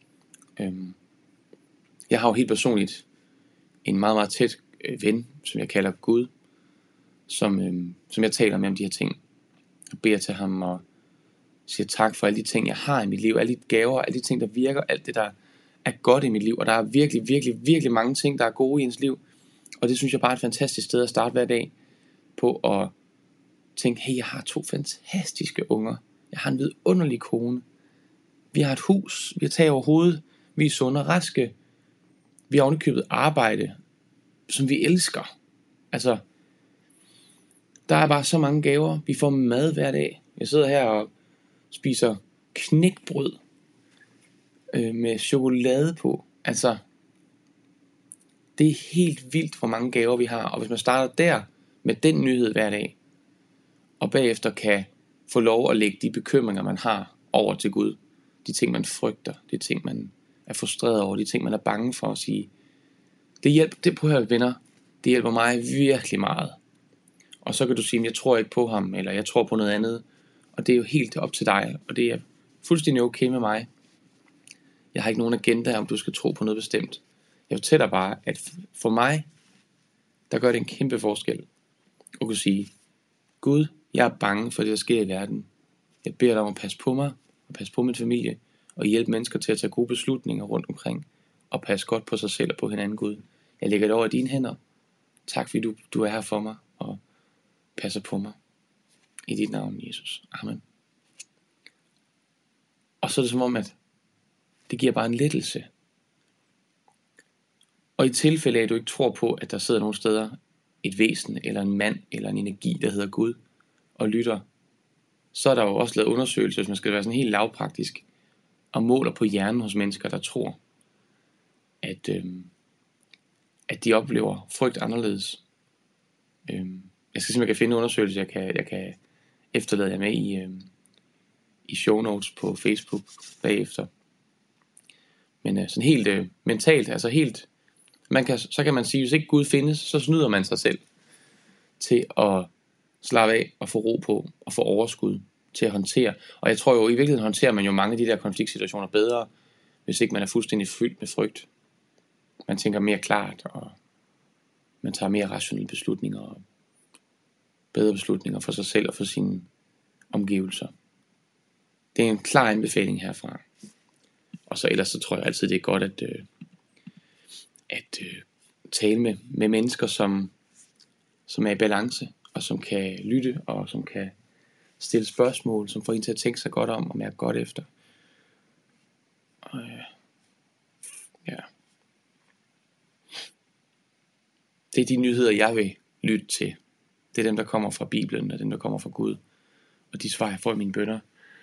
Jeg har jo helt personligt en meget, meget tæt ven, som jeg kalder Gud, som jeg taler med om de her ting. Jeg beder til ham og siger tak for alle de ting, jeg har i mit liv, alle de gaver, alle de ting, der virker, alt det, der er godt i mit liv. Og der er virkelig, virkelig, virkelig mange ting, der er gode i ens liv. Og det synes jeg bare er et fantastisk sted at starte hver dag på at tænke, hey, jeg har 2 fantastiske unger. Jeg har en vidunderlig kone. Vi har et hus, vi har tag over hovedet, vi er sunde og raske. Vi har ovenikøbet arbejde, som vi elsker. Altså, der er bare så mange gaver. Vi får mad hver dag. Jeg sidder her og spiser knækbrød med chokolade på. Altså, det er helt vildt, hvor mange gaver vi har. Og hvis man starter der med den nyhed hver dag, og bagefter kan få lov at lægge de bekymringer, man har, over til Gud, de ting, man frygter, de ting, man er frustreret over, de ting, man er bange for at sige, det hjælper, det på her venner, det hjælper mig virkelig meget. Og så kan du sige, jeg tror ikke på ham, eller jeg tror på noget andet, og det er jo helt op til dig, og det er fuldstændig okay med mig. Jeg har ikke nogen agenda, om du skal tro på noget bestemt. Jeg fortæller bare, at for mig, der gør det en kæmpe forskel, at kunne sige, Gud, jeg er bange for det, der sker i verden. Jeg beder dig om at passe på mig, og passe på min familie, og hjælpe mennesker til at tage gode beslutninger rundt omkring, og passe godt på sig selv og på hinanden, Gud. Jeg lægger det over i dine hænder. Tak fordi du er her for mig, og passer på mig. I dit navn, Jesus. Amen. Og så er det som om, at det giver bare en lettelse. Og i tilfælde af, at du ikke tror på, at der sidder nogle steder et væsen, eller en mand, eller en energi, der hedder Gud, og lytter, så er der jo også lavet undersøgelser, hvis man skal være sådan helt lavpraktisk, og måler på hjernen hos mennesker, der tror, at de oplever frygt anderledes. Jeg skal simpelthen finde en undersøgelse, jeg kan efterlade jer med i show notes på Facebook bagefter. Men sådan helt mentalt, altså helt, så kan man sige, hvis ikke Gud findes, så snyder man sig selv til at slappe af og få ro på og få overskud til at håndtere. Og jeg tror jo, i virkeligheden håndterer man jo mange af de der konfliktsituationer bedre, hvis ikke man er fuldstændig fyldt med frygt. Man tænker mere klart, og man tager mere rationelle beslutninger, og bedre beslutninger for sig selv og for sine omgivelser. Det er en klar anbefaling herfra. Og så ellers så tror jeg altid, det er godt at tale med mennesker, som er i balance, og som kan lytte, og som kan stille spørgsmål, som får en til at tænke sig godt om, og mærke godt efter. Og, ja. Det er de nyheder, jeg vil lytte til. Det er dem, der kommer fra Bibelen, og dem, der kommer fra Gud. Og de svar, jeg får i mine bønner.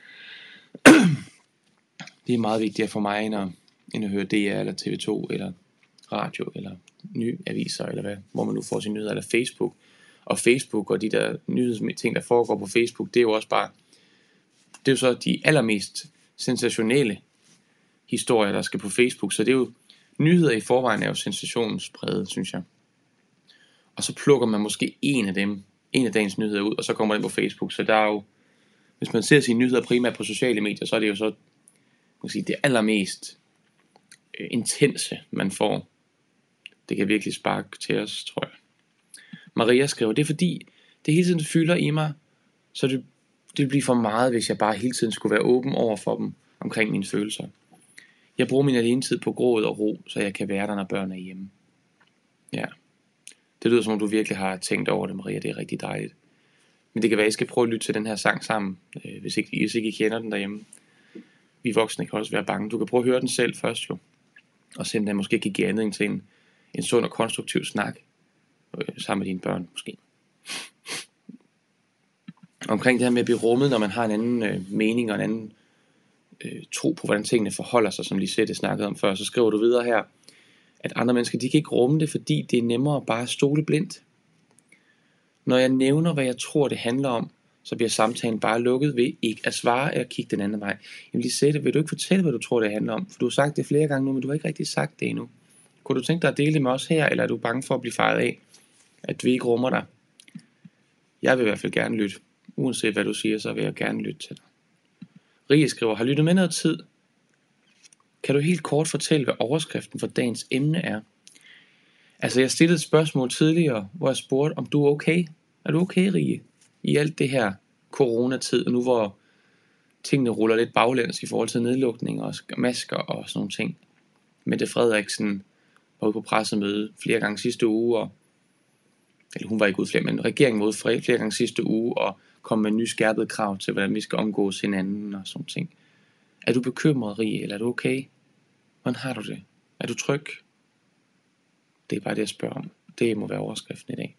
Det er meget vigtigere for mig, end at høre DR, eller TV2, eller radio, eller nyaviser, eller hvad, hvor man nu får sine nyheder, eller Facebook. Og Facebook og de der nyhedsting, der foregår på Facebook, det er jo også bare, det er jo så de allermest sensationelle historier, der skal på Facebook. Så det er jo, nyheder i forvejen er jo sensationspræget, synes jeg. Og så plukker man måske en af dagens nyheder ud, og så kommer den på Facebook. Så der er jo, hvis man ser sine nyheder primært på sociale medier, så er det jo så, man kan sige, det allermest intense, man får. Det kan virkelig sparke til os, tror jeg. Maria skriver, det er fordi, det hele tiden fylder i mig, så det vil blive for meget, hvis jeg bare hele tiden skulle være åben over for dem, omkring mine følelser. Jeg bruger min alenetid på gråd og ro, så jeg kan være der, når børn er hjemme. Ja, det lyder som om du virkelig har tænkt over det, Maria, det er rigtig dejligt. Men det kan være, at I skal prøve at lytte til den her sang sammen, hvis ikke I kender den derhjemme. Vi voksne kan også være bange. Du kan prøve at høre den selv først jo, og se, om den måske kan give anledning til en sund og konstruktiv snak, sammen med dine børn måske. Omkring det her med at blive rummet, når man har en anden mening og en anden tro på, hvordan tingene forholder sig, som Lisette snakkede om før, så skriver du videre her, at andre mennesker, de kan ikke rumme det, fordi det er nemmere bare at stole blindt. Når jeg nævner, hvad jeg tror, det handler om, så bliver samtalen bare lukket ved ikke at svare eller kigge den anden vej. Jamen Lisette, vil du ikke fortælle, hvad du tror, det handler om? For du har sagt det flere gange nu, men du har ikke rigtig sagt det endnu. Kunne du tænke dig at dele det med os her, eller er du bange for at blive fejret af, at vi ikke rummer dig? Jeg vil i hvert fald gerne lytte. Uanset hvad du siger, så vil jeg gerne lytte til dig. Rie skriver, har lyttet med noget tid? Kan du helt kort fortælle, hvad overskriften for dagens emne er? Altså, jeg stillede et spørgsmål tidligere, hvor jeg spurgte, om du er okay? Er du okay, Rie? I alt det her coronatid, og nu hvor tingene ruller lidt baglæns i forhold til nedlukninger og masker og sådan nogle ting. Mette Frederiksen var ude på pressemøde flere gange sidste uge, eller hun var ikke ude flere, men regeringen var ude flere gange sidste uge, og kom med nye skærpede krav til, hvordan vi skal omgås hinanden og sådan ting. Er du bekymret, Rie, eller er du okay? Hvordan har du det? Er du tryg? Det er bare det, jeg spørger om. Det må være overskriften i dag.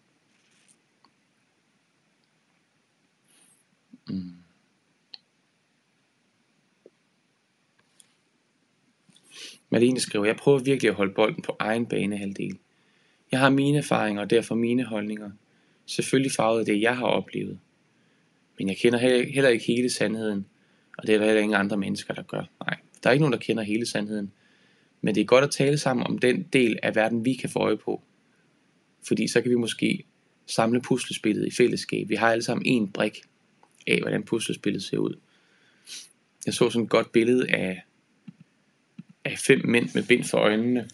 Malene skriver, jeg prøver virkelig at holde bolden på egen banehalvdel. Jeg har mine erfaringer og derfor mine holdninger. Selvfølgelig farvet af det, jeg har oplevet. Men jeg kender heller ikke hele sandheden, og det er der heller ingen andre mennesker, der gør. Nej, der er ikke nogen, der kender hele sandheden. Men det er godt at tale sammen om den del af verden, vi kan få øje på. Fordi så kan vi måske samle puslespillet i fællesskab. Vi har alle sammen en brik af, hvordan puslespillet ser ud. Jeg så sådan et godt billede af 5 mænd med bind for øjnene,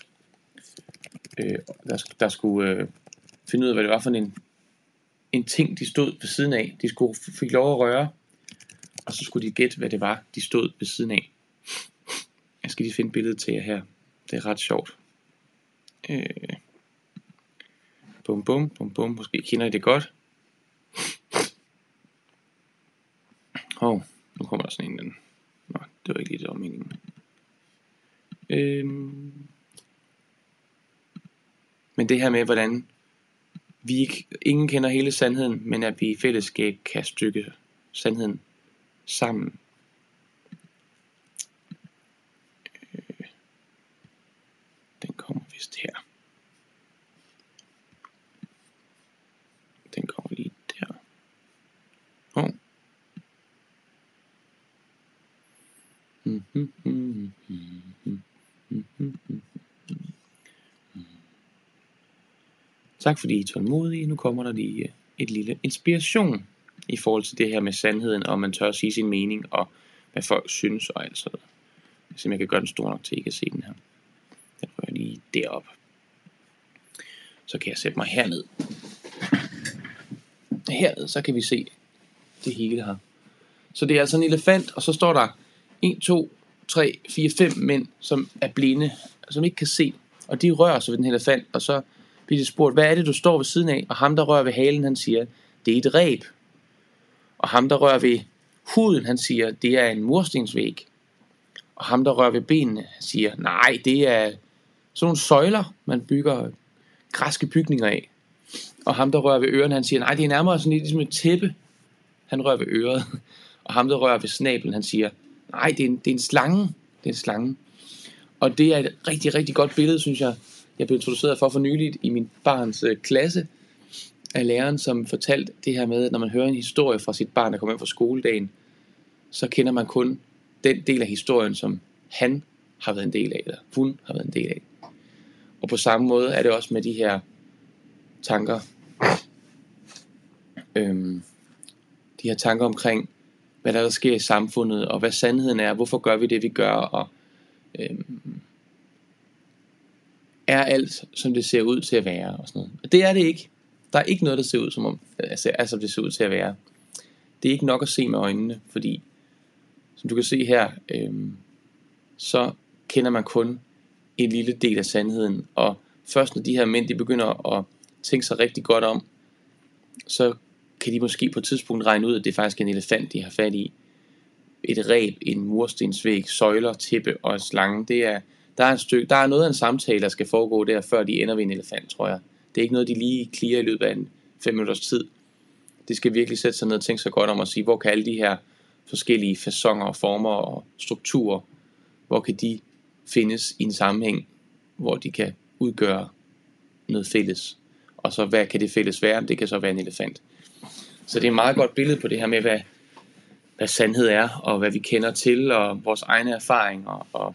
der skulle finde ud af, hvad det var for en ting, de stod ved siden af. De fik lov at røre, og så skulle de gætte, hvad det var, de stod ved siden af. Jeg skal lige finde billedet til jer her. Det er ret sjovt. Bum bum, bum bum. Måske kender I det godt. Nu kommer der sådan en. Nå, det var ikke lige det, om meningen. Men det her med, hvordan ingen kender hele sandheden, men at vi i fællesskab kan stykke sandheden sammen. Den kommer vist her. Den kommer lige der. Tak fordi I er tålmodige. Nu kommer der lige et lille inspiration. i forhold til det her med sandheden, og man tør at sige sin mening, og hvad folk synes og alt sådan noget. Så jeg kan gøre den stor nok til, at I kan se den her. Den får jeg lige derop. Så kan jeg sætte mig herned. Herned, så kan vi se det hele her. Så det er altså en elefant, og så står der 1, 2, 3, 4, 5 mænd, som er blinde, som ikke kan se. Og de rører sig ved den elefant, og så bliver de spurgt, hvad er det, du står ved siden af? Og ham, der rører ved halen, han siger, det er et reb. Og ham, der rører ved huden, han siger, det er en murstensvæg. Og ham, der rører ved benene, siger, nej, det er sådan nogle søjler, man bygger græske bygninger af. Og ham, der rører ved ørerne, han siger, nej, det er nærmere sådan lidt ligesom et tæppe. Han rører ved øret. Og ham, der rører ved snablen, han siger, nej, det er en slange. Det er en slange. Og det er et rigtig, rigtig godt billede, synes jeg. Jeg blev introduceret for nyligt i min barns klasse af læreren, som fortalte det her med, at når man hører en historie fra sit barn, der kommer hjem fra skoledagen, så kender man kun den del af historien, som han har været en del af, eller hun har været en del af. Og på samme måde er det også med de her tanker. De her tanker omkring, hvad der sker i samfundet, og hvad sandheden er, hvorfor gør vi det, vi gør, og er alt, som det ser ud til at være, og sådan noget. Og det er det ikke. Der er ikke noget, der ser ud som om, altså det ser ud til at være. Det er ikke nok at se med øjnene, fordi, som du kan se her, så kender man kun en lille del af sandheden, og først når de her mænd, de begynder at tænke sig rigtig godt om, så kan de måske på et tidspunkt regne ud, at det er faktisk en elefant, de har fat i. Et reb, en murstensvæg, søjler, tæppe og en slange. Der er noget af en samtale, der skal foregå der, før de ender ved en elefant, tror jeg. Det er ikke noget, de lige clear i løbet af en 5 minutters tid. Det skal virkelig sætte sig ned og tænke sig godt om at sige, hvor kan alle de her forskellige faconer og former og strukturer, hvor kan de findes i en sammenhæng, hvor de kan udgøre noget fælles. Og så hvad kan det fælles være? Det kan så være en elefant. Så det er et meget godt billede på det her med, hvad sandhed er, og hvad vi kender til, og vores egne erfaringer, og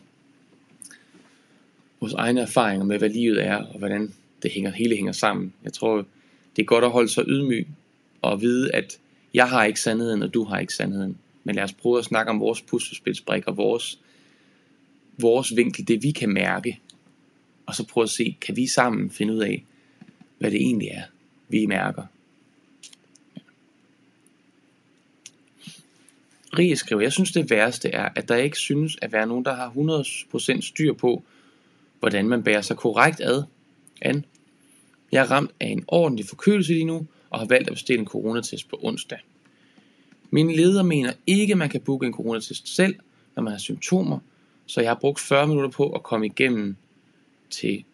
vores egne erfaringer med, hvad livet er, og hvordan det hele hænger sammen. Jeg tror, det er godt at holde sig ydmyg, og vide, at jeg har ikke sandheden, og du har ikke sandheden. Men lad os prøve at snakke om vores puslespilsbrik, og vores vinkel, det vi kan mærke, og så prøve at se, kan vi sammen finde ud af, hvad det egentlig er, vi mærker. Rie skriver, jeg synes det værste er, at der ikke synes at være nogen, der har 100% styr på, hvordan man bærer sig korrekt an. Jeg er ramt af en ordentlig forkølelse lige nu, og har valgt at bestille en coronatest på onsdag. Min leder mener ikke, man kan booke en coronatest selv, når man har symptomer, så jeg har brugt 40 minutter på at komme igennem til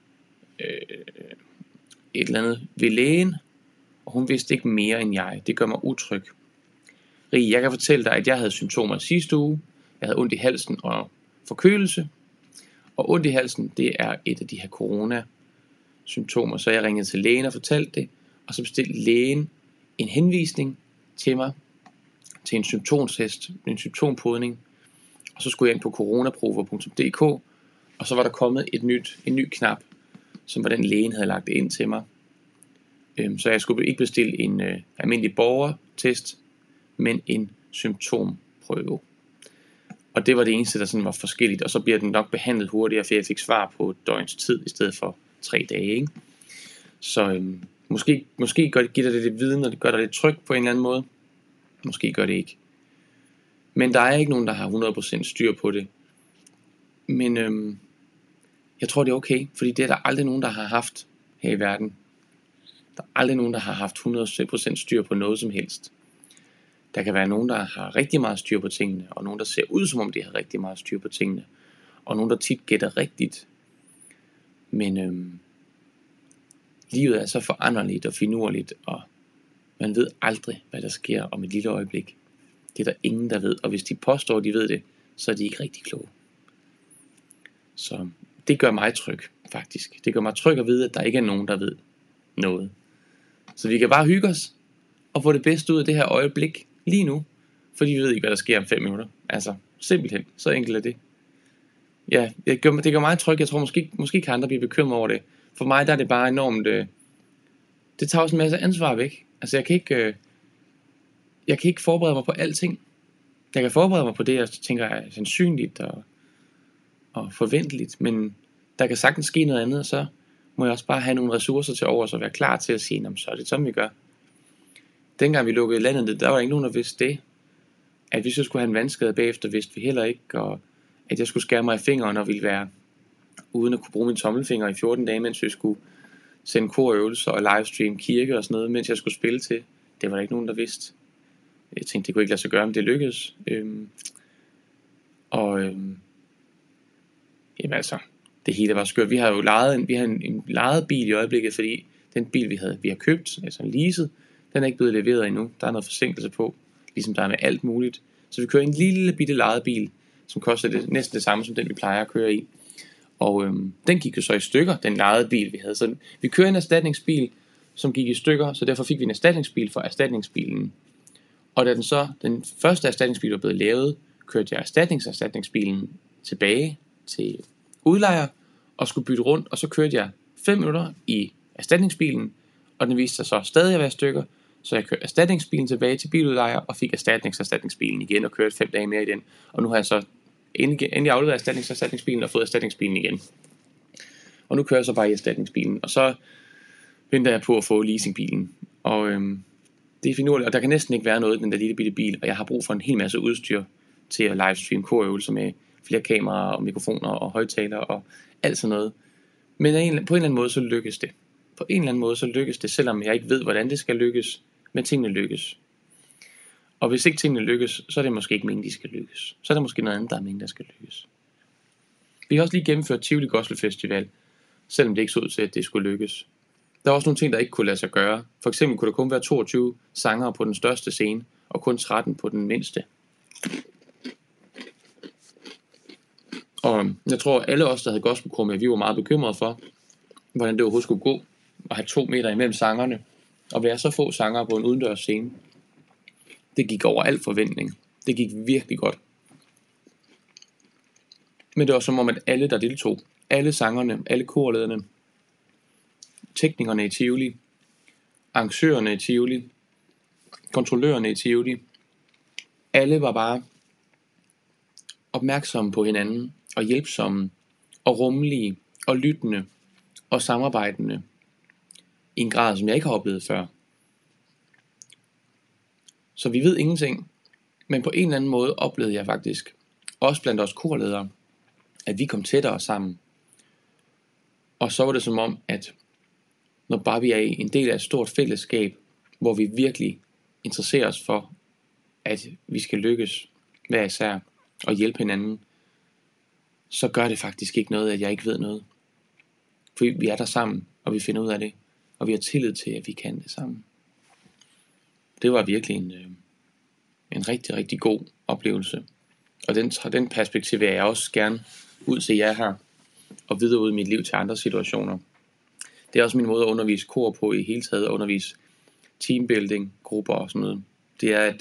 et eller andet ved lægen, og hun vidste ikke mere end jeg. Det gør mig utryg. Rie, jeg kan fortælle dig, at jeg havde symptomer sidste uge. Jeg havde ondt i halsen og forkølelse. Og ondt i halsen, det er et af de her corona-symptomer. Så jeg ringede til lægen og fortalte det. Og så bestilte lægen en henvisning til mig til en symptomtest, en symptompodning. Og så skulle jeg ind på coronaprover.dk. Og så var der kommet en ny knap, som var den lægen havde lagt ind til mig. Så jeg skulle ikke bestille en almindelig borgertest, men en symptomprøve. Og det var det eneste, der sådan var forskelligt. Og så bliver den nok behandlet hurtigere, for jeg fik svar på et døgns tid, i stedet for 3 dage. Ikke? Så måske giver det lidt viden, og det gør dig lidt tryg på en eller anden måde. Måske gør det ikke. Men der er ikke nogen, der har 100% styr på det. Men jeg tror, det er okay, fordi det er der aldrig nogen, der har haft her i verden. Der er aldrig nogen, der har haft 100% styr på noget som helst. Der kan være nogen, der har rigtig meget styr på tingene, og nogen, der ser ud som om de har rigtig meget styr på tingene, og nogen, der tit gætter rigtigt. Men livet er så foranderligt og finurligt, og man ved aldrig, hvad der sker om et lille øjeblik. Det er der ingen, der ved, og hvis de påstår, at de ved det, så er de ikke rigtig kloge. Så det gør mig tryg, faktisk. Det gør mig tryg at vide, at der ikke er nogen, der ved noget. Så vi kan bare hygge os, og få det bedste ud af det her øjeblik, lige nu, for de ved ikke, hvad der sker om 5 minutter. Altså, simpelthen, så enkelt er det. Ja, det gør mig tryg. Jeg tror måske kan andre blive bekymret over det. For mig der er det bare enormt, det tager også en masse ansvar væk. Altså jeg kan jeg kan ikke forberede mig på alting. Jeg kan forberede mig på det, jeg tænker er sandsynligt og forventeligt, men der kan sagtens ske noget andet, og så må jeg også bare have nogle ressourcer til over, og være klar til at sige, så er det sådan, vi gør. Dengang vi lukkede landet ned, der var ikke nogen, der vidste det. At vi så skulle have en vandskade bagefter, vidste vi heller ikke, og at jeg skulle skære mig i fingeren og ville være uden at kunne bruge mine tommelfinger i 14 dage, mens vi skulle sende korøvelser og livestream kirke og sådan noget, mens jeg skulle spille til. Det var der ikke nogen, der vidste. Jeg tænkte, det kunne ikke lade sig gøre, men det lykkedes. Jamen altså, det hele var skørt. Vi har jo lejet en lejet bil i øjeblikket, fordi den bil, vi har købt, altså leaset, den er ikke blevet leveret endnu. Der er noget forsinkelse på, ligesom der er med alt muligt. Så vi kører en lille bitte lejet bil, som koster næsten det samme som den, vi plejer at køre i. Og den gik jo så i stykker, den lejede bil, vi havde. Så vi kører en erstatningsbil, som gik i stykker, så derfor fik vi en erstatningsbil for erstatningsbilen. Og da den første erstatningsbil var blevet lavet, kørte jeg erstatningsbilen tilbage til udlejer og skulle bytte rundt, og så kørte jeg 5 minutter i erstatningsbilen, og den viste sig så stadig at være i stykker, så jeg kørte erstatningsbilen tilbage til biludlejer og fik erstatningsbilen igen og kørte 5 dage mere i den, og nu har jeg så endelig afleveret erstatningsbilen og fået erstatningsbilen igen. Og nu kører jeg så bare i erstatningsbilen, og så venter jeg på at få leasingbilen, og det er finurligt, og der kan næsten ikke være noget i den der lille bitte bil, og jeg har brug for en hel masse udstyr til at livestream korøvelser med flere kameraer og mikrofoner og højtalere og alt sådan noget. Men på en eller anden måde så lykkes det. På en eller anden måde så lykkes det, selvom jeg ikke ved, hvordan det skal lykkes, men tingene lykkes. Og hvis ikke tingene lykkes, så er det måske ikke meningen, de skal lykkes. Så er det måske noget andet, der er meningen, der skal lykkes. Vi har også lige gennemført Tivoli Gospel Festival, selvom det ikke så ud til, at det skulle lykkes. Der var også nogle ting, der ikke kunne lade sig gøre. For eksempel kunne der kun være 22 sangere på den største scene, og kun 13 på den mindste. Og jeg tror, alle os, der havde gospelkor med, vi var meget bekymrede for, hvordan det overhovedet skulle gå, at have 2 meter imellem sangerne, og være så få sangere på en udendørs scene. Det gik over al forventning. Det gik virkelig godt. Men det var som om, at alle, der deltog, alle sangerne, alle korlederne, teknikerne i Tivoli, arrangørerne i Tivoli, kontrollørerne i Tivoli, alle var bare opmærksomme på hinanden, og hjælpsomme, og rummelige, og lyttende, og samarbejdende, i en grad, som jeg ikke har oplevet før. Så vi ved ingenting, men på en eller anden måde oplevede jeg faktisk, også blandt os korledere, at vi kom tættere sammen. Og så var det som om, at når bare vi er en del af et stort fællesskab, hvor vi virkelig interesserer os for, at vi skal lykkes hver især og hjælpe hinanden, så gør det faktisk ikke noget, at jeg ikke ved noget. For vi er der sammen, og vi finder ud af det, og vi har tillid til, at vi kan det sammen. Det var virkelig en rigtig, rigtig god oplevelse. Og den perspektiv vil jeg også gerne ud til jer her, og videre ud i mit liv til andre situationer. Det er også min måde at undervise kor på i hele taget, og undervise teambuilding, grupper og sådan noget. Det er,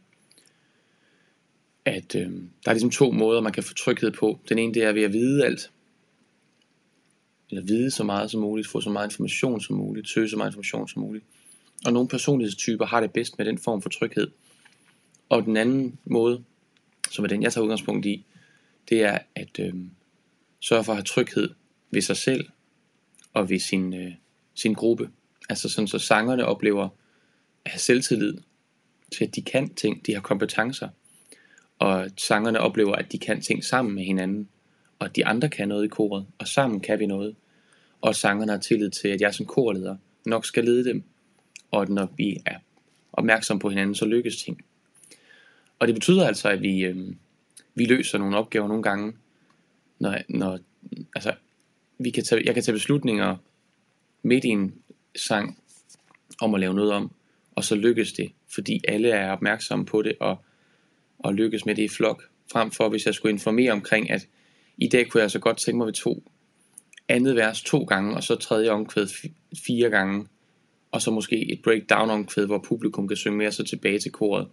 at der er ligesom 2 måder, man kan få tryghed på. Den ene, det er ved at vide alt. Eller vide så meget som muligt, få så meget information som muligt, søge så meget information som muligt. Og nogle personlighedstyper har det bedst med den form for tryghed. Og den anden måde, som er den, jeg tager udgangspunkt i, det er at sørge for at have tryghed ved sig selv og ved sin gruppe. Altså sådan, så sangerne oplever at have selvtillid til, at de kan ting, de har kompetencer. Og sangerne oplever, at de kan ting sammen med hinanden, og at de andre kan noget i koret, og sammen kan vi noget. Og sangerne har tillid til, at jeg som korleder nok skal lede dem, og at når vi er opmærksomme på hinanden, så lykkes ting. Og det betyder altså, at vi løser nogle opgaver nogle gange, når altså, jeg kan tage beslutninger midt i en sang om at lave noget om, og så lykkes det, fordi alle er opmærksomme på det, og lykkes med det i flok, frem for hvis jeg skulle informere omkring, at i dag kunne jeg så godt tænke mig ved andet vers 2 gange, og så tredje omkvæd 4 gange, og så måske et breakdown omkvæd, hvor publikum kan synge mere, så tilbage til koret.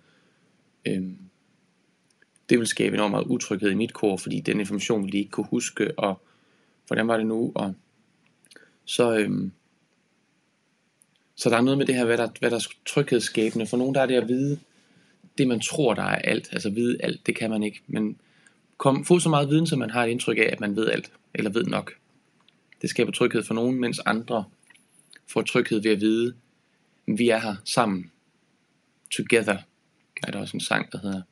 Det vil skabe enormt meget utryghed i mit kor, fordi den information vil de ikke kunne huske, og hvordan var det nu, og så der er noget med det her, hvad der er tryghedsskabende. For nogen der er det at vide, det man tror der er alt, altså vide alt, det kan man ikke. Men få så meget viden, så man har et indtryk af, at man ved alt, eller ved nok. Det skaber tryghed for nogen, mens andre får tryghed ved at vide, at vi er her sammen. Together er der også en sang, der hedder.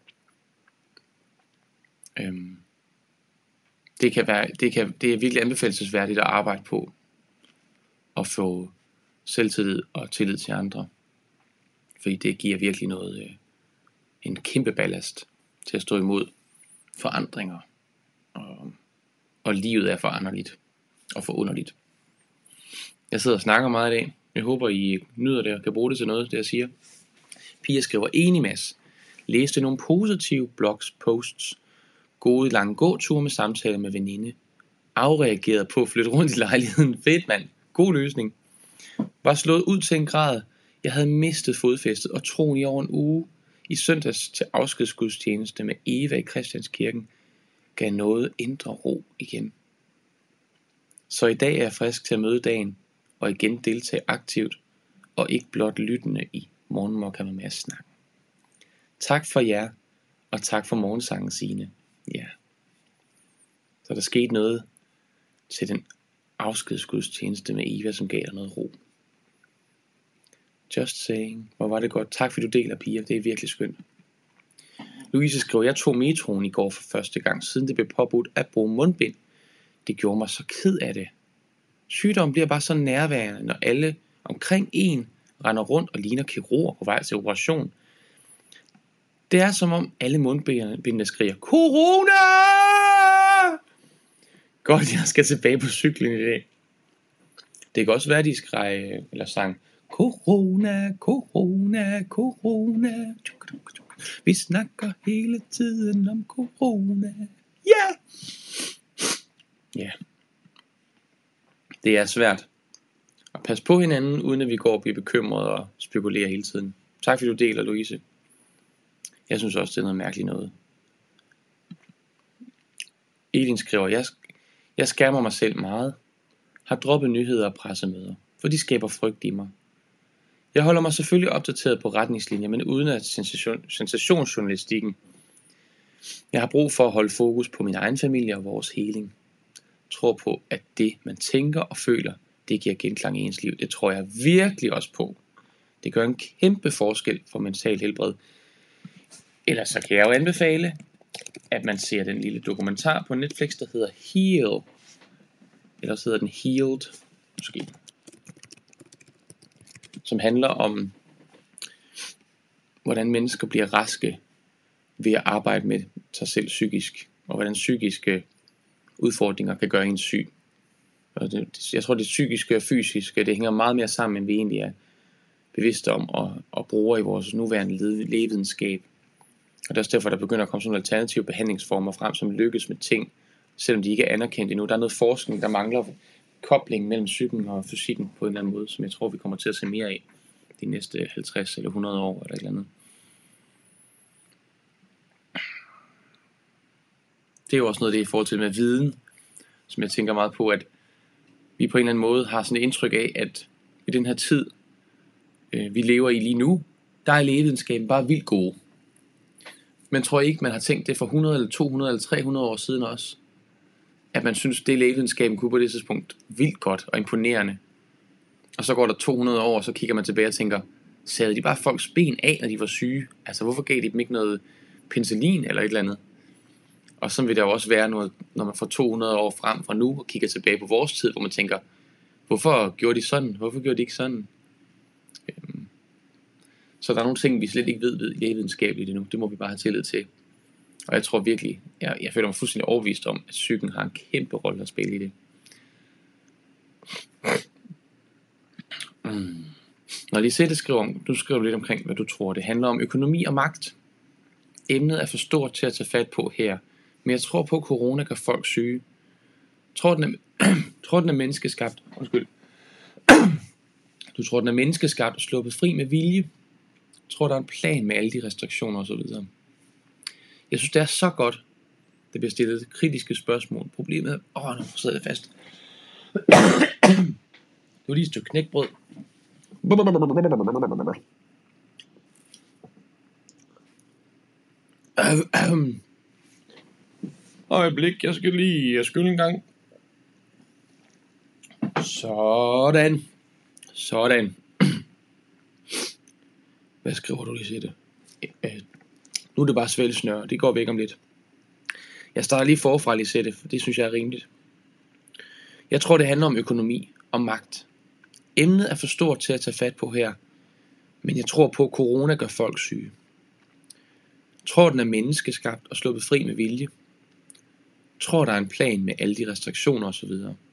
Det er virkelig anbefalelsesværdigt at arbejde på at få selvtillid og tillid til andre, fordi det giver virkelig noget, en kæmpe ballast til at stå imod forandringer, og livet er foranderligt og forunderligt. Jeg sidder og snakker meget i dag. Jeg håber I nyder det og kan bruge det til noget, det jeg siger. Pia skriver: enig Mads, læste nogle positive blogs, posts, gode lange gåture med samtaler med veninde, afreagerede på at flytte rundt i lejligheden, fedt mand, god løsning, var slået ud til en grad, jeg havde mistet fodfæstet og troen i over en uge. I søndags til afskedsgudstjeneste med Eva i Christianskirken gav noget indre ro igen. Så i dag er jeg frisk til at møde dagen og igen deltage aktivt og ikke blot lyttende i morgenmokka med Mads snak. Tak for jer, og tak for morgensangen, Signe. Ja. Så der skete noget til den afskedsgudstjeneste med Eva, som gav dig noget ro. Just saying. Hvor var det godt. Tak fordi du deler, Pia. Det er virkelig skønt. Louise skriver: jeg tog metroen i går for første gang, siden det blev påbudt at bruge mundbind. Det gjorde mig så ked af det. Sygdommen bliver bare så nærværende, når alle omkring en render rundt og ligner kirurger på vej til operation. Det er som om alle mundbindene skriger: Corona! Godt, jeg skal tilbage på cyklen i dag. Det kan også være, de skreg eller sang: Corona, corona, corona. Vi snakker hele tiden om corona. Ja! Ja. Det er svært at passe på hinanden, uden at vi går og bliver bekymrede og spekulerer hele tiden. Tak fordi du deler, Louise. Jeg synes også, det er noget mærkeligt noget. Elin skriver: jeg skærmer mig selv meget. Har droppet nyheder og pressemøder, for de skaber frygt i mig. Jeg holder mig selvfølgelig opdateret på retningslinjer, men uden at sensationsjournalistikken. Jeg har brug for at holde fokus på min egen familie og vores heling. Tror på, at det man tænker og føler, det giver genklang i ens liv. Det tror jeg virkelig også på. Det gør en kæmpe forskel for mental helbred. Ellers så kan jeg jo anbefale, at man ser den lille dokumentar på Netflix, der hedder Heal. Ellers hedder den Healed, måske. Som handler om, hvordan mennesker bliver raske ved at arbejde med sig selv psykisk, og hvordan psykiske udfordringer kan gøre en syg. Og jeg tror, det psykiske og fysiske, det hænger meget mere sammen, end vi egentlig er bevidste om og bruger i vores nuværende lægevidenskab. Og det er også derfor, der begynder at komme sådan nogle alternative behandlingsformer frem, som lykkes med ting, selvom de ikke er anerkendt endnu. Der er noget forskning, der mangler kobling mellem psyken og fysikken på en eller anden måde, som jeg tror, vi kommer til at se mere af de næste 50 eller 100 år eller et eller andet. Det er jo også noget af det i forhold til med viden, som jeg tænker meget på, at vi på en eller anden måde har sådan et indtryk af, at i den her tid, vi lever i lige nu, der er lægevidenskaben bare vildt gode. Men tror I ikke, man har tænkt det for 100 eller 200 eller 300 år siden også? At man synes, det lægevidenskaben kunne på det tidspunkt vildt godt og imponerende. Og så går der 200 år, og så kigger man tilbage og tænker, savede de bare folks ben af, når de var syge? Altså hvorfor gav de dem ikke noget penicillin eller et eller andet? Og så vil der jo også være noget, når man får 200 år frem fra nu og kigger tilbage på vores tid, hvor man tænker, hvorfor gjorde de sådan? Hvorfor gjorde de ikke sådan? Så der er nogle ting, vi slet ikke ved lægevidenskabeligt endnu. Det må vi bare have tillid til. Og jeg tror virkelig, jeg føler mig fuldstændig overbevist om, at psyken har en kæmpe rolle at spille i det. Når Lisette skriver om, du skriver lidt omkring, hvad du tror. Det handler om økonomi og magt. Emnet er for stort til at tage fat på her. Men jeg tror på, at corona gør folk syge. Tror den er menneskeskabt. Undskyld. Du tror, den er menneskeskabt og sluppet fri med vilje. Tror, der er en plan med alle de restriktioner osv. Jeg synes, det er så godt. Det bliver stillet kritiske spørgsmål. Problemet er, nu sidder jeg fast. Du har lige et stykke knækbrød. Øjeblik, jeg skal lige skylde en gang. Sådan. Hvad skriver du lige til det? Nu er det bare svælsnør, det går væk om lidt. Jeg starter lige forfra lige til det, for det synes jeg er rimeligt. Jeg tror, det handler om økonomi og magt. Emnet er for stort til at tage fat på her, men jeg tror på, at corona gør folk syge. Tror, den er menneskeskabt og sluppet fri med vilje. Tror, der er en plan med alle de restriktioner osv.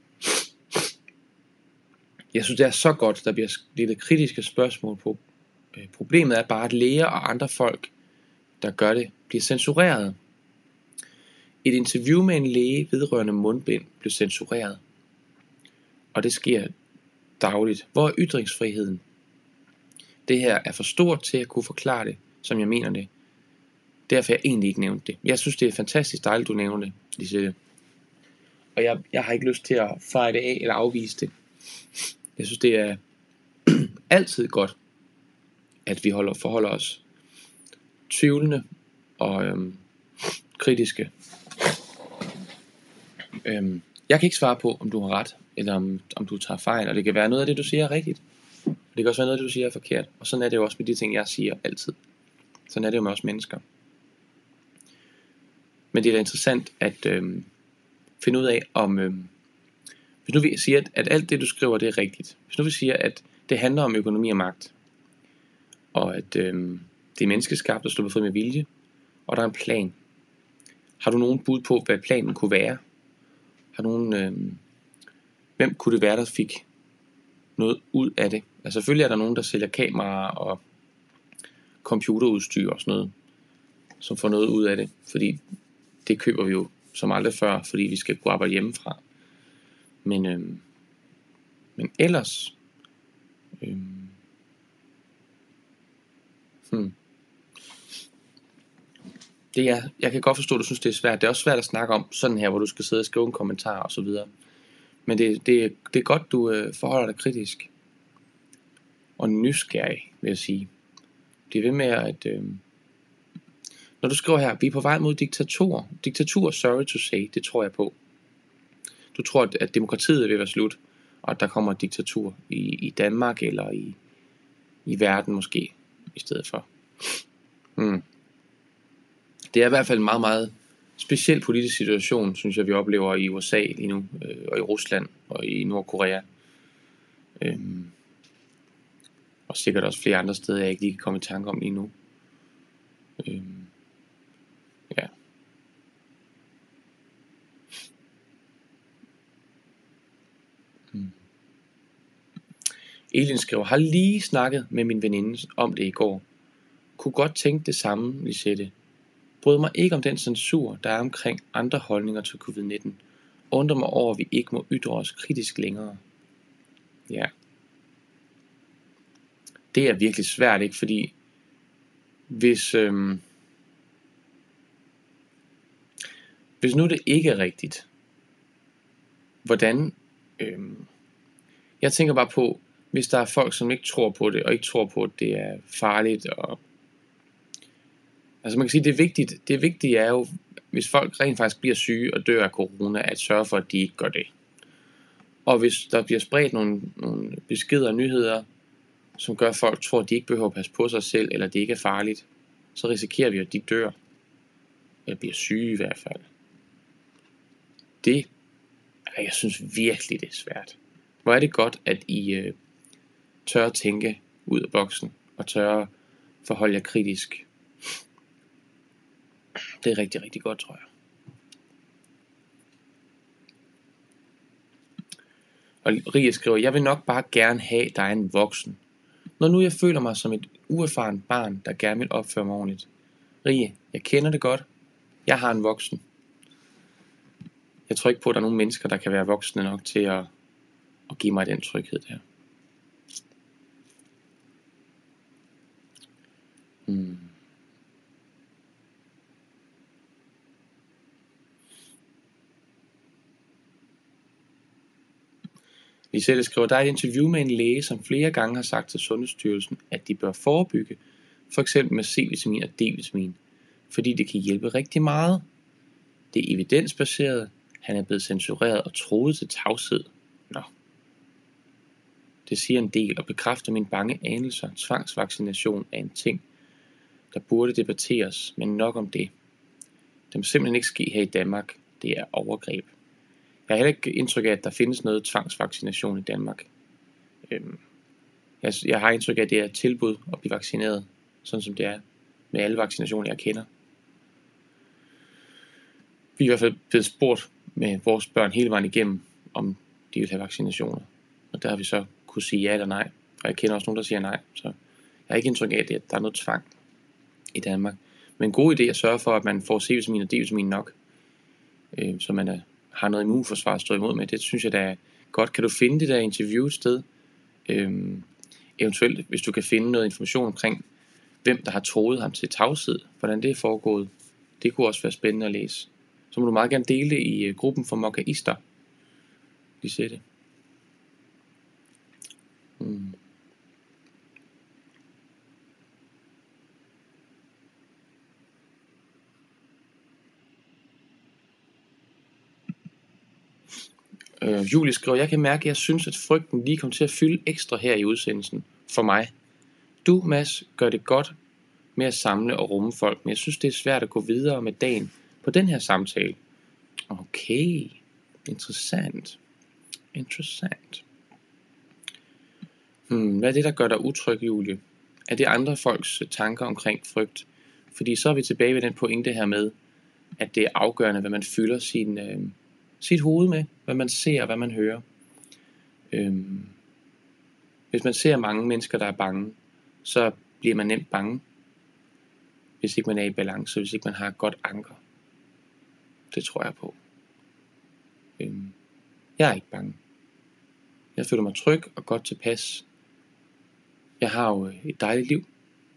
Jeg synes, det er så godt, der bliver stillet kritiske spørgsmål på. Problemet er bare, at læger og andre folk, der gør det, bliver censureret. Et interview med en læge vedrørende mundbind blev censureret. Og det sker dagligt. Hvor er ytringsfriheden? Det her er for stort til at kunne forklare det, som jeg mener det. Derfor har jeg egentlig ikke nævnt det. Jeg synes, det er fantastisk dejligt, du nævner det, Lisette. Og jeg har ikke lyst til at fejre det af eller afvise det. Jeg synes, det er altid godt, at vi forholder os tvivlende og kritiske. Jeg kan ikke svare på, om du har ret, eller om du tager fejl. Og det kan være noget af det, du siger er rigtigt. Og det kan også være noget af det, du siger er forkert. Og sådan er det jo også med de ting, jeg siger altid. Sådan er det jo med os mennesker. Men det er da interessant at finde ud af, om hvis nu vi siger, at alt det, du skriver, det er rigtigt. Hvis nu vi siger, at det handler om økonomi og magt, og at det er menneskeskabt og sluppet fri med vilje, og der er en plan. Har du nogen bud på, hvad planen kunne være? Har nogen, hvem kunne det være, der fik noget ud af det? Altså selvfølgelig er der nogen, der sælger kameraer og computerudstyr og sådan noget, som får noget ud af det, fordi det køber vi jo som aldrig før, fordi vi skal kunne arbejde hjemmefra. Men ellers jeg kan godt forstå, at du synes, det er svært. Det er også svært at snakke om sådan her, hvor du skal sidde og skrive en kommentar og så videre. Men det er godt, du forholder dig kritisk og nysgerrig, vil jeg sige. Det er ved med at når du skriver her, vi er på vej mod diktatur, sorry to say, det tror jeg på. Du tror, at demokratiet vil være slut, og at der kommer et diktatur i Danmark eller i verden måske i stedet for. Det er i hvert fald en meget, meget speciel politisk situation, synes jeg, vi oplever i USA lige nu, og i Rusland og i Nordkorea. Og sikkert også flere andre steder, jeg ikke lige kan komme i tanke om lige nu. Ja. Elin skriver, har lige snakket med min veninde om det i går. Kunne godt tænke det samme, Lisette. Bryder mig ikke om den censur, der er omkring andre holdninger til covid-19. Undrer mig over, at vi ikke må ytre os kritisk længere. Ja. Det er virkelig svært, ikke? Fordi hvis nu det ikke er rigtigt, hvordan jeg tænker bare på, hvis der er folk, som ikke tror på det, og ikke tror på, at det er farligt, og altså man kan sige, det vigtige er jo, hvis folk rent faktisk bliver syge og dør af corona, at sørge for, at de ikke gør det. Og hvis der bliver spredt nogle beskeder og nyheder, som gør, at folk tror, at de ikke behøver at passe på sig selv, eller det ikke er farligt, så risikerer vi, at de dør, eller bliver syge i hvert fald. Jeg synes virkelig, det er svært. Hvor er det godt, at I tør at tænke ud af boksen, og tør at forholde jer kritisk. Det er rigtig, rigtig godt, tror jeg. Og Rie skriver, jeg vil nok bare gerne have, der er en voksen. Når nu jeg føler mig som et uerfaren barn, der gerne vil opføre mig ordentligt. Rie, jeg kender det godt. Jeg har en voksen. Jeg tror ikke på, at der er nogen mennesker, der kan være voksne nok til at give mig den tryghed der. Lisette skriver, der er et interview med en læge, som flere gange har sagt til Sundhedsstyrelsen, at de bør forebygge, f.eks. med C-vitamin og D-vitamin, fordi det kan hjælpe rigtig meget. Det er evidensbaseret. Han er blevet censureret og troet til tavshed. Nå. Det siger en del og bekræfter mine bange anelser. Tvangsvaccination er en ting, der burde debatteres, men nok om det. Det må simpelthen ikke ske her i Danmark. Det er overgreb. Jeg har heller ikke indtryk af, at der findes noget tvangsvaccination i Danmark. Jeg har indtryk af, at det er et tilbud at blive vaccineret, sådan som det er med alle vaccinationer, jeg kender. Vi er i hvert fald blevet spurgt med vores børn hele vejen igennem, om de vil have vaccinationer. Og der har vi så kunne sige ja eller nej. Og jeg kender også nogen, der siger nej. Så jeg har ikke indtryk af, at der er noget tvang i Danmark. Men en god idé at sørge for, at man får C-vitamin og D-vitamin nok, så man har noget immunforsvar at stå imod med. Det synes jeg da er godt. Kan du finde det der interview et sted? Eventuelt, hvis du kan finde noget information omkring, hvem der har troet ham til tavshed, hvordan det er foregået. Det kunne også være spændende at læse. Så må du meget gerne dele det i gruppen for mokkaister. Lige se det. Julie skriver, jeg kan mærke, at jeg synes, at frygten lige kom til at fylde ekstra her i udsendelsen. For mig. Du, Mads, gør det godt med at samle og rumme folk, men jeg synes, det er svært at gå videre med dagen på den her samtale. Okay. Interessant. Hvad er det, der gør dig utryg, Julie? Er det andre folks tanker omkring frygt? Fordi så er vi tilbage ved den pointe her med, at det er afgørende, hvad man fylder sit hoved med, hvad man ser, hvad man hører. Hvis man ser mange mennesker, der er bange, så bliver man nemt bange, hvis ikke man er i balance, hvis ikke man har et godt anker. Det tror jeg på. Jeg er ikke bange. Jeg føler mig tryg og godt tilpas. Jeg har jo et dejligt liv.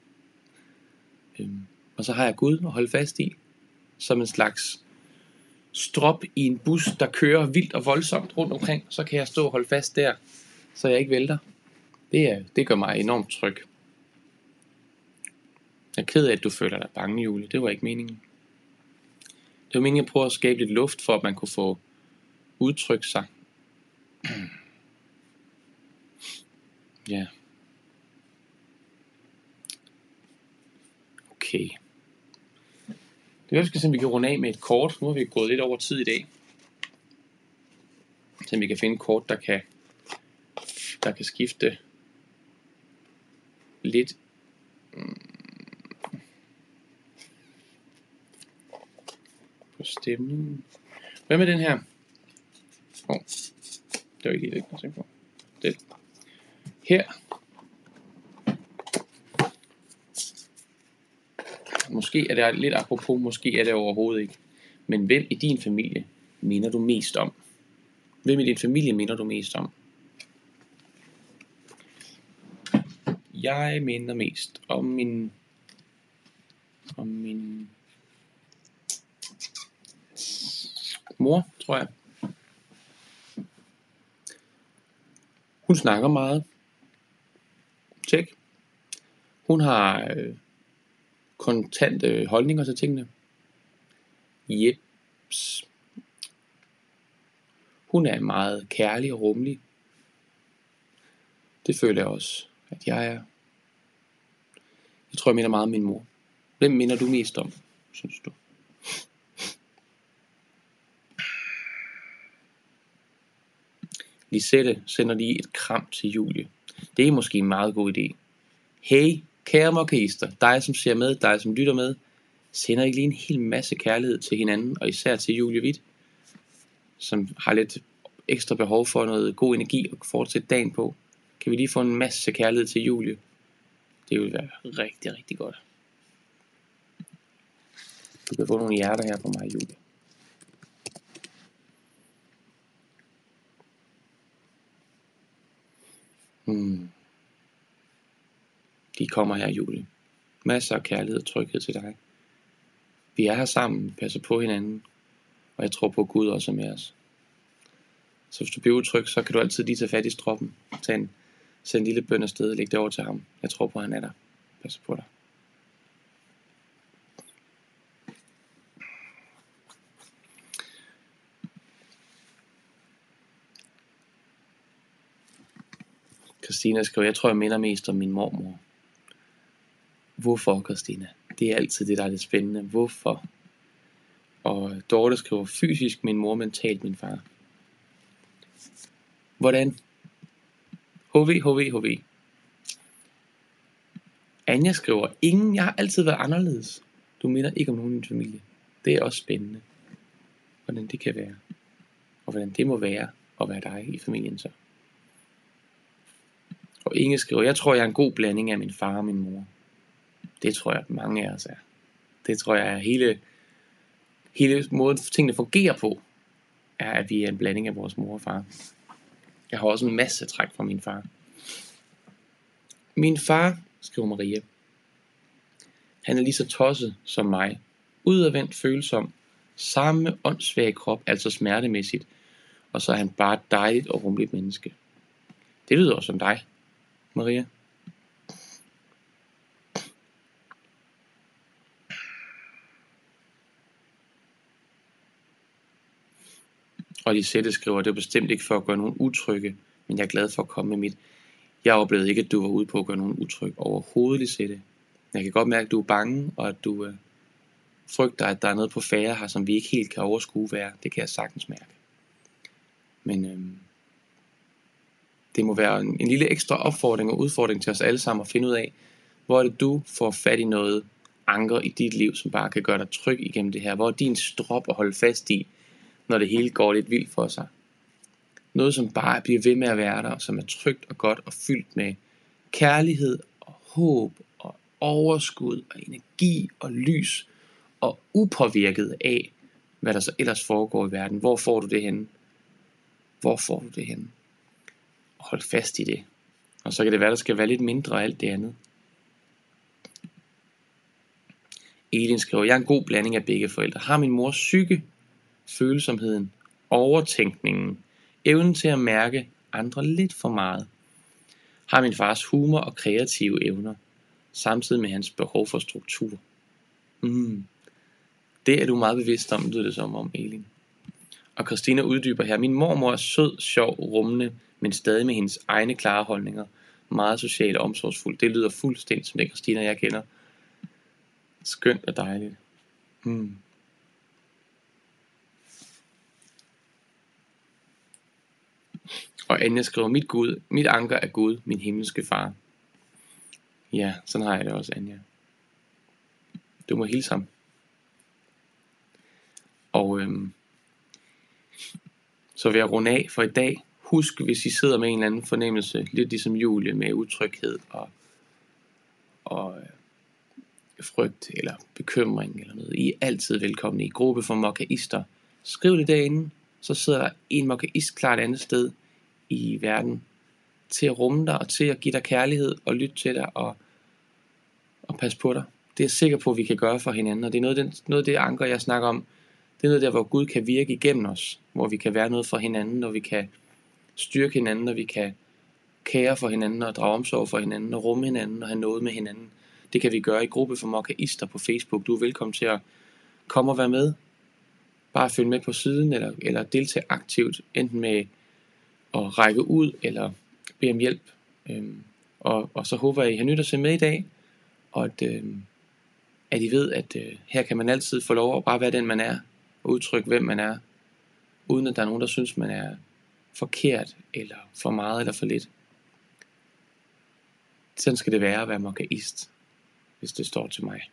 Og så har jeg Gud at holde fast i, som en slags strop i en bus, der kører vildt og voldsomt rundt omkring. Så kan jeg stå og holde fast der, så jeg ikke vælter. Det gør mig enormt tryg. Jeg er ked af, at du føler dig bange, Julie. Det var ikke meningen. Det var meningen at prøve at skabe lidt luft, for at man kunne få udtrykt sig. Ja. Okay. Det er, vi skal se, om vi kan runde af med et kort. Nu har vi gået lidt over tid i dag. Så vi kan finde et kort, der kan skifte lidt på stemningen. Hvad med den her? Det var ikke helt det, jeg tænkte på. Det. Her. Måske er det lidt apropos, måske er det overhovedet ikke. Men hvem i din familie minder du mest om? Hvem i din familie minder du mest om? Jeg minder mest om min mor, tror jeg. Hun snakker meget. Tjek. Hun har kontante holdninger til tingene. Jeps. Hun er meget kærlig og rummelig. Det føler jeg også, at jeg er. Jeg tror, jeg minder meget om min mor. Hvem minder du mest om, synes du? Lisette sender lige et kram til Julie. Det er måske en meget god idé. Hey, kære mokkaister, dig som ser med, dig som lytter med, sender ikke lige en hel masse kærlighed til hinanden, og især til Julie Hvidt, som har lidt ekstra behov for noget god energi og fortsætte dagen på. Kan vi lige få en masse kærlighed til Julie? Det vil være rigtig, rigtig godt. Du kan få nogle hjerter her på mig, Julie. De kommer her, Julie. Masser af kærlighed og tryghed til dig. Vi er her sammen, passer på hinanden, og jeg tror på, at Gud også er med os. Så hvis du bliver utryg, så kan du altid lige tage fat i stroppen. Send en lille bøn afsted og læg det over til ham. Jeg tror på, at han er der. Passer på dig. Christina skriver, jeg tror jeg minder mest om min mormor. Hvorfor, Christina? Det er altid det, der er lidt spændende. Hvorfor? Og Dorte skriver, fysisk min mor, mentalt min far. Hvordan? HV. Anja skriver, jeg har altid været anderledes. Du minder ikke om nogen i din familie. Det er også spændende. Hvordan det kan være. Og hvordan det må være at være dig i familien så. Og Inge skriver, jeg tror jeg er en god blanding af min far og min mor. Det tror jeg mange af os er. Det tror jeg er hele måden tingene fungerer på, er at vi er en blanding af vores mor og far. Jeg har også en masse træk fra min far. Min far, skriver Maria, han er lige så tosset som mig. Udadvendt følsom. Samme åndssvag krop, altså smertemæssigt. Og så er han bare et dejligt og rummeligt menneske. Det lyder også som dig, Maria. Og Lisette skriver, det er bestemt ikke for at gøre nogen utrygge, men jeg er glad for at komme med mit. Jeg oplevede ikke, at du var ude på at gøre nogen utryg overhovedet, Lisette. Jeg kan godt mærke, at du er bange, og at du frygter, at der er noget på færre her, som vi ikke helt kan overskue være. Det kan jeg sagtens mærke. Men det må være en lille ekstra opfordring og udfordring til os alle sammen at finde ud af, hvor er det du får fat i noget anker i dit liv, som bare kan gøre dig tryg igennem det her. Hvor er din strop at holde fast i, når det hele går lidt vildt for sig. Noget som bare bliver ved med at være der, og som er trygt og godt og fyldt med kærlighed og håb og overskud og energi og lys og upåvirket af, hvad der så ellers foregår i verden. Hvor får du det henne? Og hold fast i det. Og så kan det være, der skal være lidt mindre af alt det andet. Elin skriver, jeg er en god blanding af begge forældre. Har min mors psyke, følsomheden, overtænkningen, evnen til at mærke andre lidt for meget. Har min fars humor og kreative evner, samtidig med hans behov for struktur. Det er du meget bevidst om, lyder det som om, Elin. Og Christina uddyber her, min mormor er sød, sjov, rummende, men stadig med hendes egne klare holdninger. Meget social og omsorgsfuld. Det lyder fuldstændig som det Christina jeg kender. Skønt og dejligt. Og Anja skriver, mit anker er Gud, min himmelske far. Ja, sådan har jeg det også, Anja. Du må hilse ham. Og så vil jeg runde af for i dag. Husk, hvis I sidder med en eller anden fornemmelse, lidt ligesom Julie, med utryghed og frygt eller bekymring eller noget. I er altid velkomne i gruppe for mokaister. Skriv det derinde, så sidder der en mokaist klar et andet sted i verden til at rumme dig og til at give dig kærlighed og lytte til dig og passe på dig. Det er jeg sikker på, at vi kan gøre for hinanden, og det er noget af det anker, jeg snakker om. Det er noget der, hvor Gud kan virke igennem os, hvor vi kan være noget for hinanden, når vi kan styrke hinanden, når vi kan kære for hinanden og drage omsorg for hinanden og rumme hinanden og have noget med hinanden. Det kan vi gøre i gruppe for mokaister på Facebook. Du er velkommen til at komme og være med. Bare følge med på siden eller deltage aktivt, enten med at række ud eller bede om hjælp. Og så håber jeg, at I har nyt at se med i dag, og at I ved, at her kan man altid få lov at bare være den man er, og udtrykke hvem man er, uden at der er nogen, der synes man er forkert, eller for meget, eller for lidt. Sådan skal det være at være mokaist, hvis det står til mig.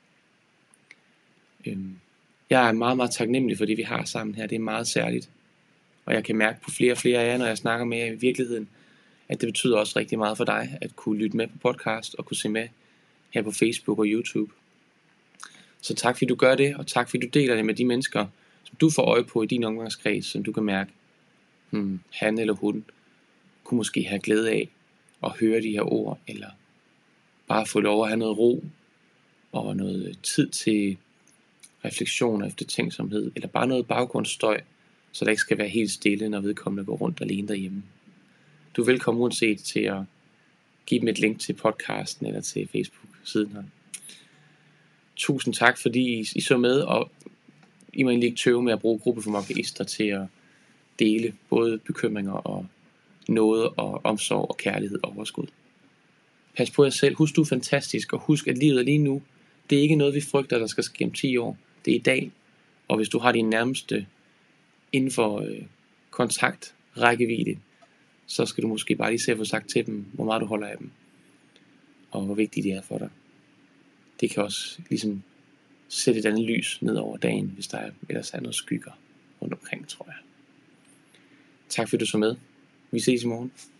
Jeg er meget, meget taknemmelig for det, vi har sammen her. Det er meget særligt. Og jeg kan mærke på flere og flere af jer, når jeg snakker med jer i virkeligheden, at det betyder også rigtig meget for dig, at kunne lytte med på podcast, og kunne se med her på Facebook og YouTube. Så tak fordi du gør det, og tak fordi du deler det med de mennesker, som du får øje på i din omgangskreds, som du kan mærke, han eller hun kunne måske have glæde af at høre de her ord, eller bare få lov at have noget ro, og noget tid til refleksion og eftertænksomhed, eller bare noget baggrundsstøj, så der ikke skal være helt stille, når vedkommende går rundt alene derhjemme. Du er velkommen uanset til at give dem et link til podcasten eller til Facebook-siden her. Tusind tak, fordi I så med, og I må egentlig ikke tøve med at bruge gruppe for mokaister til at dele både bekymringer og nåde og omsorg og kærlighed og overskud. Pas på jer selv. Husk, du er fantastisk, og husk, at livet er lige nu. Det er ikke noget, vi frygter, der skal ske om 10 år. Det er i dag. Og hvis du har din nærmeste inden for kontakt, rækkevidde, så skal du måske bare lige se at få sagt til dem, hvor meget du holder af dem, og hvor vigtigt det er for dig. Det kan også ligesom sætte et andet lys ned over dagen, hvis der ellers er noget skygger rundt omkring, tror jeg. Tak fordi du så med. Vi ses i morgen.